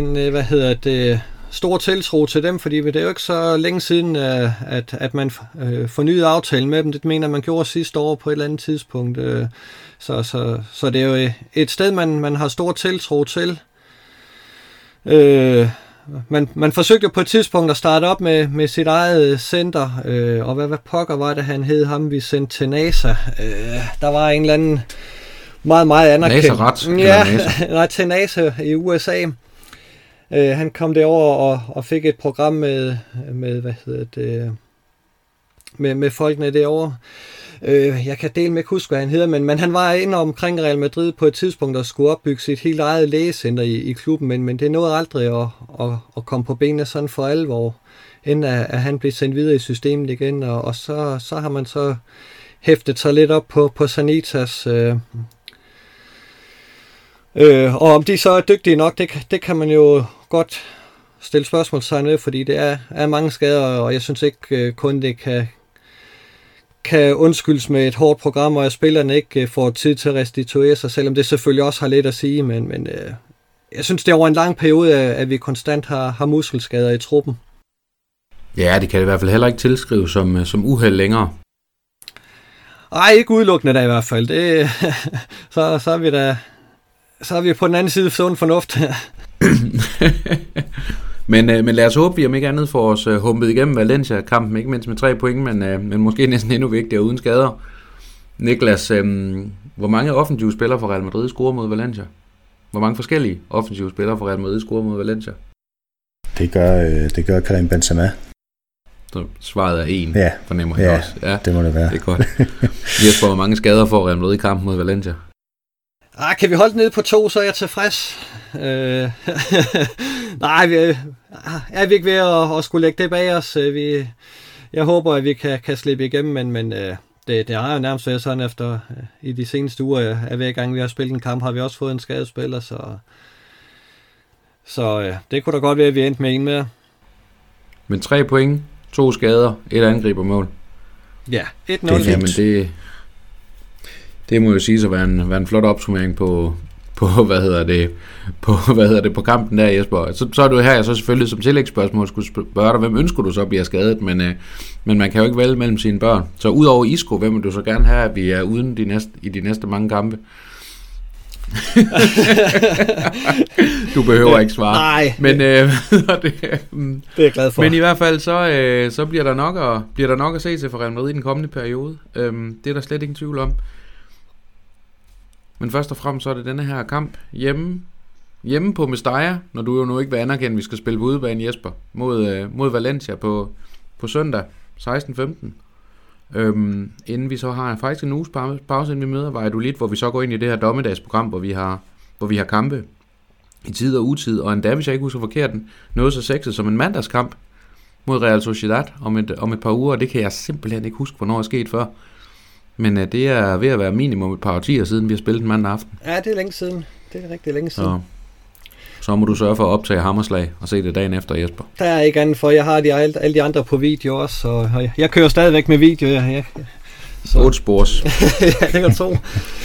stor tiltro til dem, fordi det er jo ikke så længe siden, at man fornyede aftalen med dem. Det mener man gjorde sidste år på et eller andet tidspunkt. Så det er jo et sted, man har stor tiltro til. man forsøgte jo på et tidspunkt at starte op med sit eget center, og hvad pokker var det, han hed ham, vi sendte til NASA. Der var en eller anden meget, meget anerkendt. NASA-ret? Ja, nej, til NASA i USA. Han kom derover og fik et program med med folkene derovre. Jeg kan dele med ikke huske, hvad han hedder, men han var inde omkring Real Madrid på et tidspunkt og skulle opbygge sit helt eget lægecenter i klubben, men det nåede aldrig at komme på benene sådan for alvor, inden at han blev sendt videre i systemet igen, og så har man så hæftet sig lidt op på Sanitas. Og om de så er dygtige nok, det kan man jo godt stille spørgsmålstegn ved, fordi det er mange skader, og jeg synes ikke kun det kan undskyldes med et hårdt program, og at spillerne ikke får tid til at restituere sig, selvom det selvfølgelig også har lidt at sige, men jeg synes, det er over en lang periode, at vi konstant har muskelskader i truppen. Ja, det kan det i hvert fald heller ikke tilskrive som uheld længere. Nej, ikke udelukkende da i hvert fald. Det, så er vi på den anden side sund fornuft. Men lad os håbe, vi om ikke andet får os humpet igennem Valencia-kampen, ikke mindst med 3 point, men måske næsten endnu vigtigere uden skader. Niklas, hvor mange offensive spillere for Real Madrid scorer mod Valencia? Hvor mange forskellige offensive spillere for Real Madrid scorer mod Valencia? Det gør Karim Benzema. Så svaret er 1, ja. Fornemmer jeg også. Ja, det må det være. Det er godt. Jesper, hvor mange skader får Real Madrid i kampen mod Valencia? Kan vi holde den ned på 2, så er jeg tilfreds. Nej, er vi ikke ved at skulle lægge det bag os. Jeg håber, at vi kan slippe igennem, men det har jo nærmest været sådan efter i de seneste uger, at hver gang vi har spillet en kamp, har vi også fået en skadespiller, så det kunne da godt være, at vi endte med en mere. Men 3 point, 2 skader, 1 angribermål. Ja, 1-0. Jamen det må jo sige at være en flot opsummering på på kampen der, Jesper. Så er du her, jeg så selvfølgelig som tillægsspørgsmål skulle spørge dig, hvem ønsker du så bliver skadet, men man kan jo ikke vælge mellem sine børn. Så udover Isco, hvem vil du så gerne have, at vi er uden i de næste mange kampe? Du behøver ikke svare. Nej. Men det er jeg glad for. Men i hvert fald så bliver der nok at se til for Real Madrid i den kommende periode. Det er der slet ingen tvivl om. Men først og fremmest så er det denne her kamp hjemme på Mestalla, når du jo nu ikke vil anerkende, at vi skal spille på udebane, Jesper, mod Valencia på søndag 16:15. Inden vi så har faktisk en uges pause, inden vi møder Valladolid, hvor vi så går ind i det her dommedagsprogram, hvor vi har kampe i tid og utid, og endda, hvis jeg ikke husker forkert, noget så sexet som en mandagskamp mod Real Sociedad om et par uger, og det kan jeg simpelthen ikke huske, hvornår er sket før. Men det er ved at være minimum et par årtier siden, vi har spillet en mandag aften. Ja, det er længe siden. Det er rigtig længe siden. Så må du sørge for at optage Hammerslag og se det dagen efter, Jesper. Der er ikke andet for. Jeg har alle de andre på video også, og jeg kører stadigvæk med video. 8 spors. Ja, det kan du tro.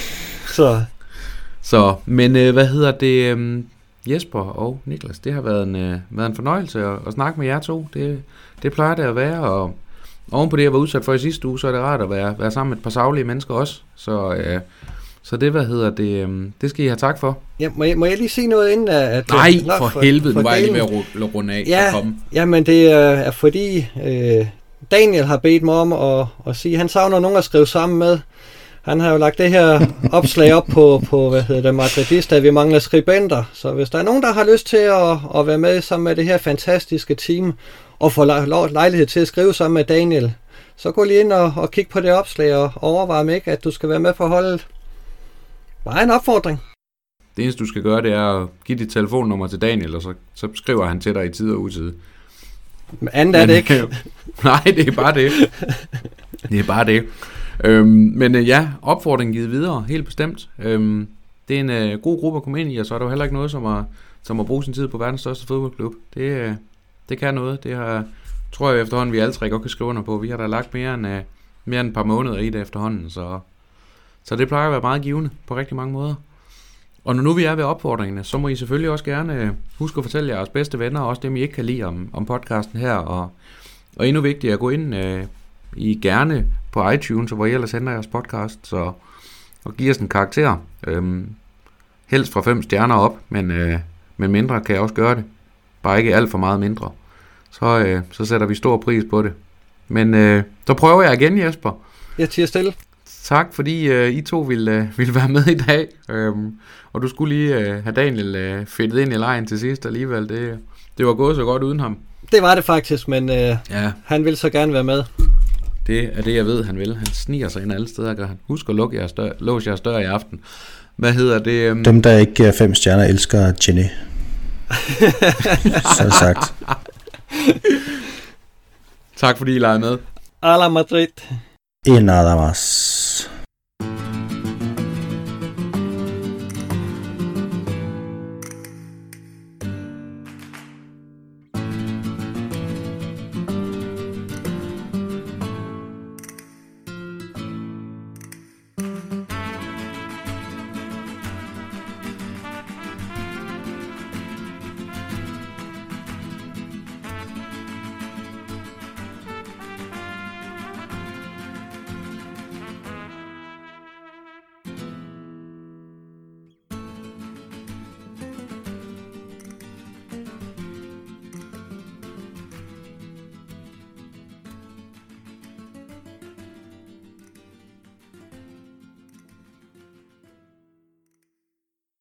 Så, men hvad hedder det, Jesper og Niklas, det har været en fornøjelse at snakke med jer to. Det plejer det at være, og oven på det, jeg var udsat for i sidste uge, så er det rart at være sammen med et par saglige mennesker også. Så det, det skal I have tak for. Ja, må jeg lige sige noget inden? Nej, for helvede, nu var jeg lige ved at runde af og komme. Jamen, det er fordi Daniel har bedt mig om at sige, at han savner nogen at skrive sammen med. Han har jo lagt det her opslag op på Madridista, at vi mangler skribenter. Så hvis der er nogen, der har lyst til at være med sammen med det her fantastiske team, og få lejlighed til at skrive sammen med Daniel, så gå lige ind og kig på det opslag og overvej om ikke, at du skal være med på holdet. Bare en opfordring. Det eneste, du skal gøre, det er at give dit telefonnummer til Daniel, og så skriver han til dig i tid og utid. Andet er det ikke. Nej, det er bare det. Det er bare det. Men ja, opfordringen givet videre, helt bestemt. Det er en god gruppe at komme ind i, og så er der jo heller ikke noget som at bruge sin tid på verdens største fodboldklub. Det kan noget. Det tror jeg efterhånden, vi alle tre godt kan skrive under på. Vi har da lagt mere end et par måneder i det efterhånden, så det plejer at være meget givende på rigtig mange måder. Og når nu vi er ved opfordringene, så må I selvfølgelig også gerne huske at fortælle jeres bedste venner, og også dem I ikke kan lide om podcasten her, og endnu vigtigere at gå ind I gerne på iTunes, hvor I ellers sender jeres podcast, og give os en karakter. Helst fra 5 stjerner op, men mindre kan jeg også gøre det. bare ikke alt for meget mindre, så sætter vi stor pris på det. Men så prøver jeg igen, Jesper. Jeg tiger stille. Tak, fordi I to ville være med i dag. Og du skulle lige have Daniel fedtet ind i lejen til sidst alligevel. Det var gået så godt uden ham. Det var det faktisk, men han ville så gerne være med. Det er det, jeg ved, han vil. Han sniger sig ind alle steder, gør han. Husk at låse jeres dør i aften. Hvad hedder det? Dem, der ikke er 5 stjerner, elsker Jenny. Så sagt. Tak fordi I legede med. A la Madrid. Y nada más.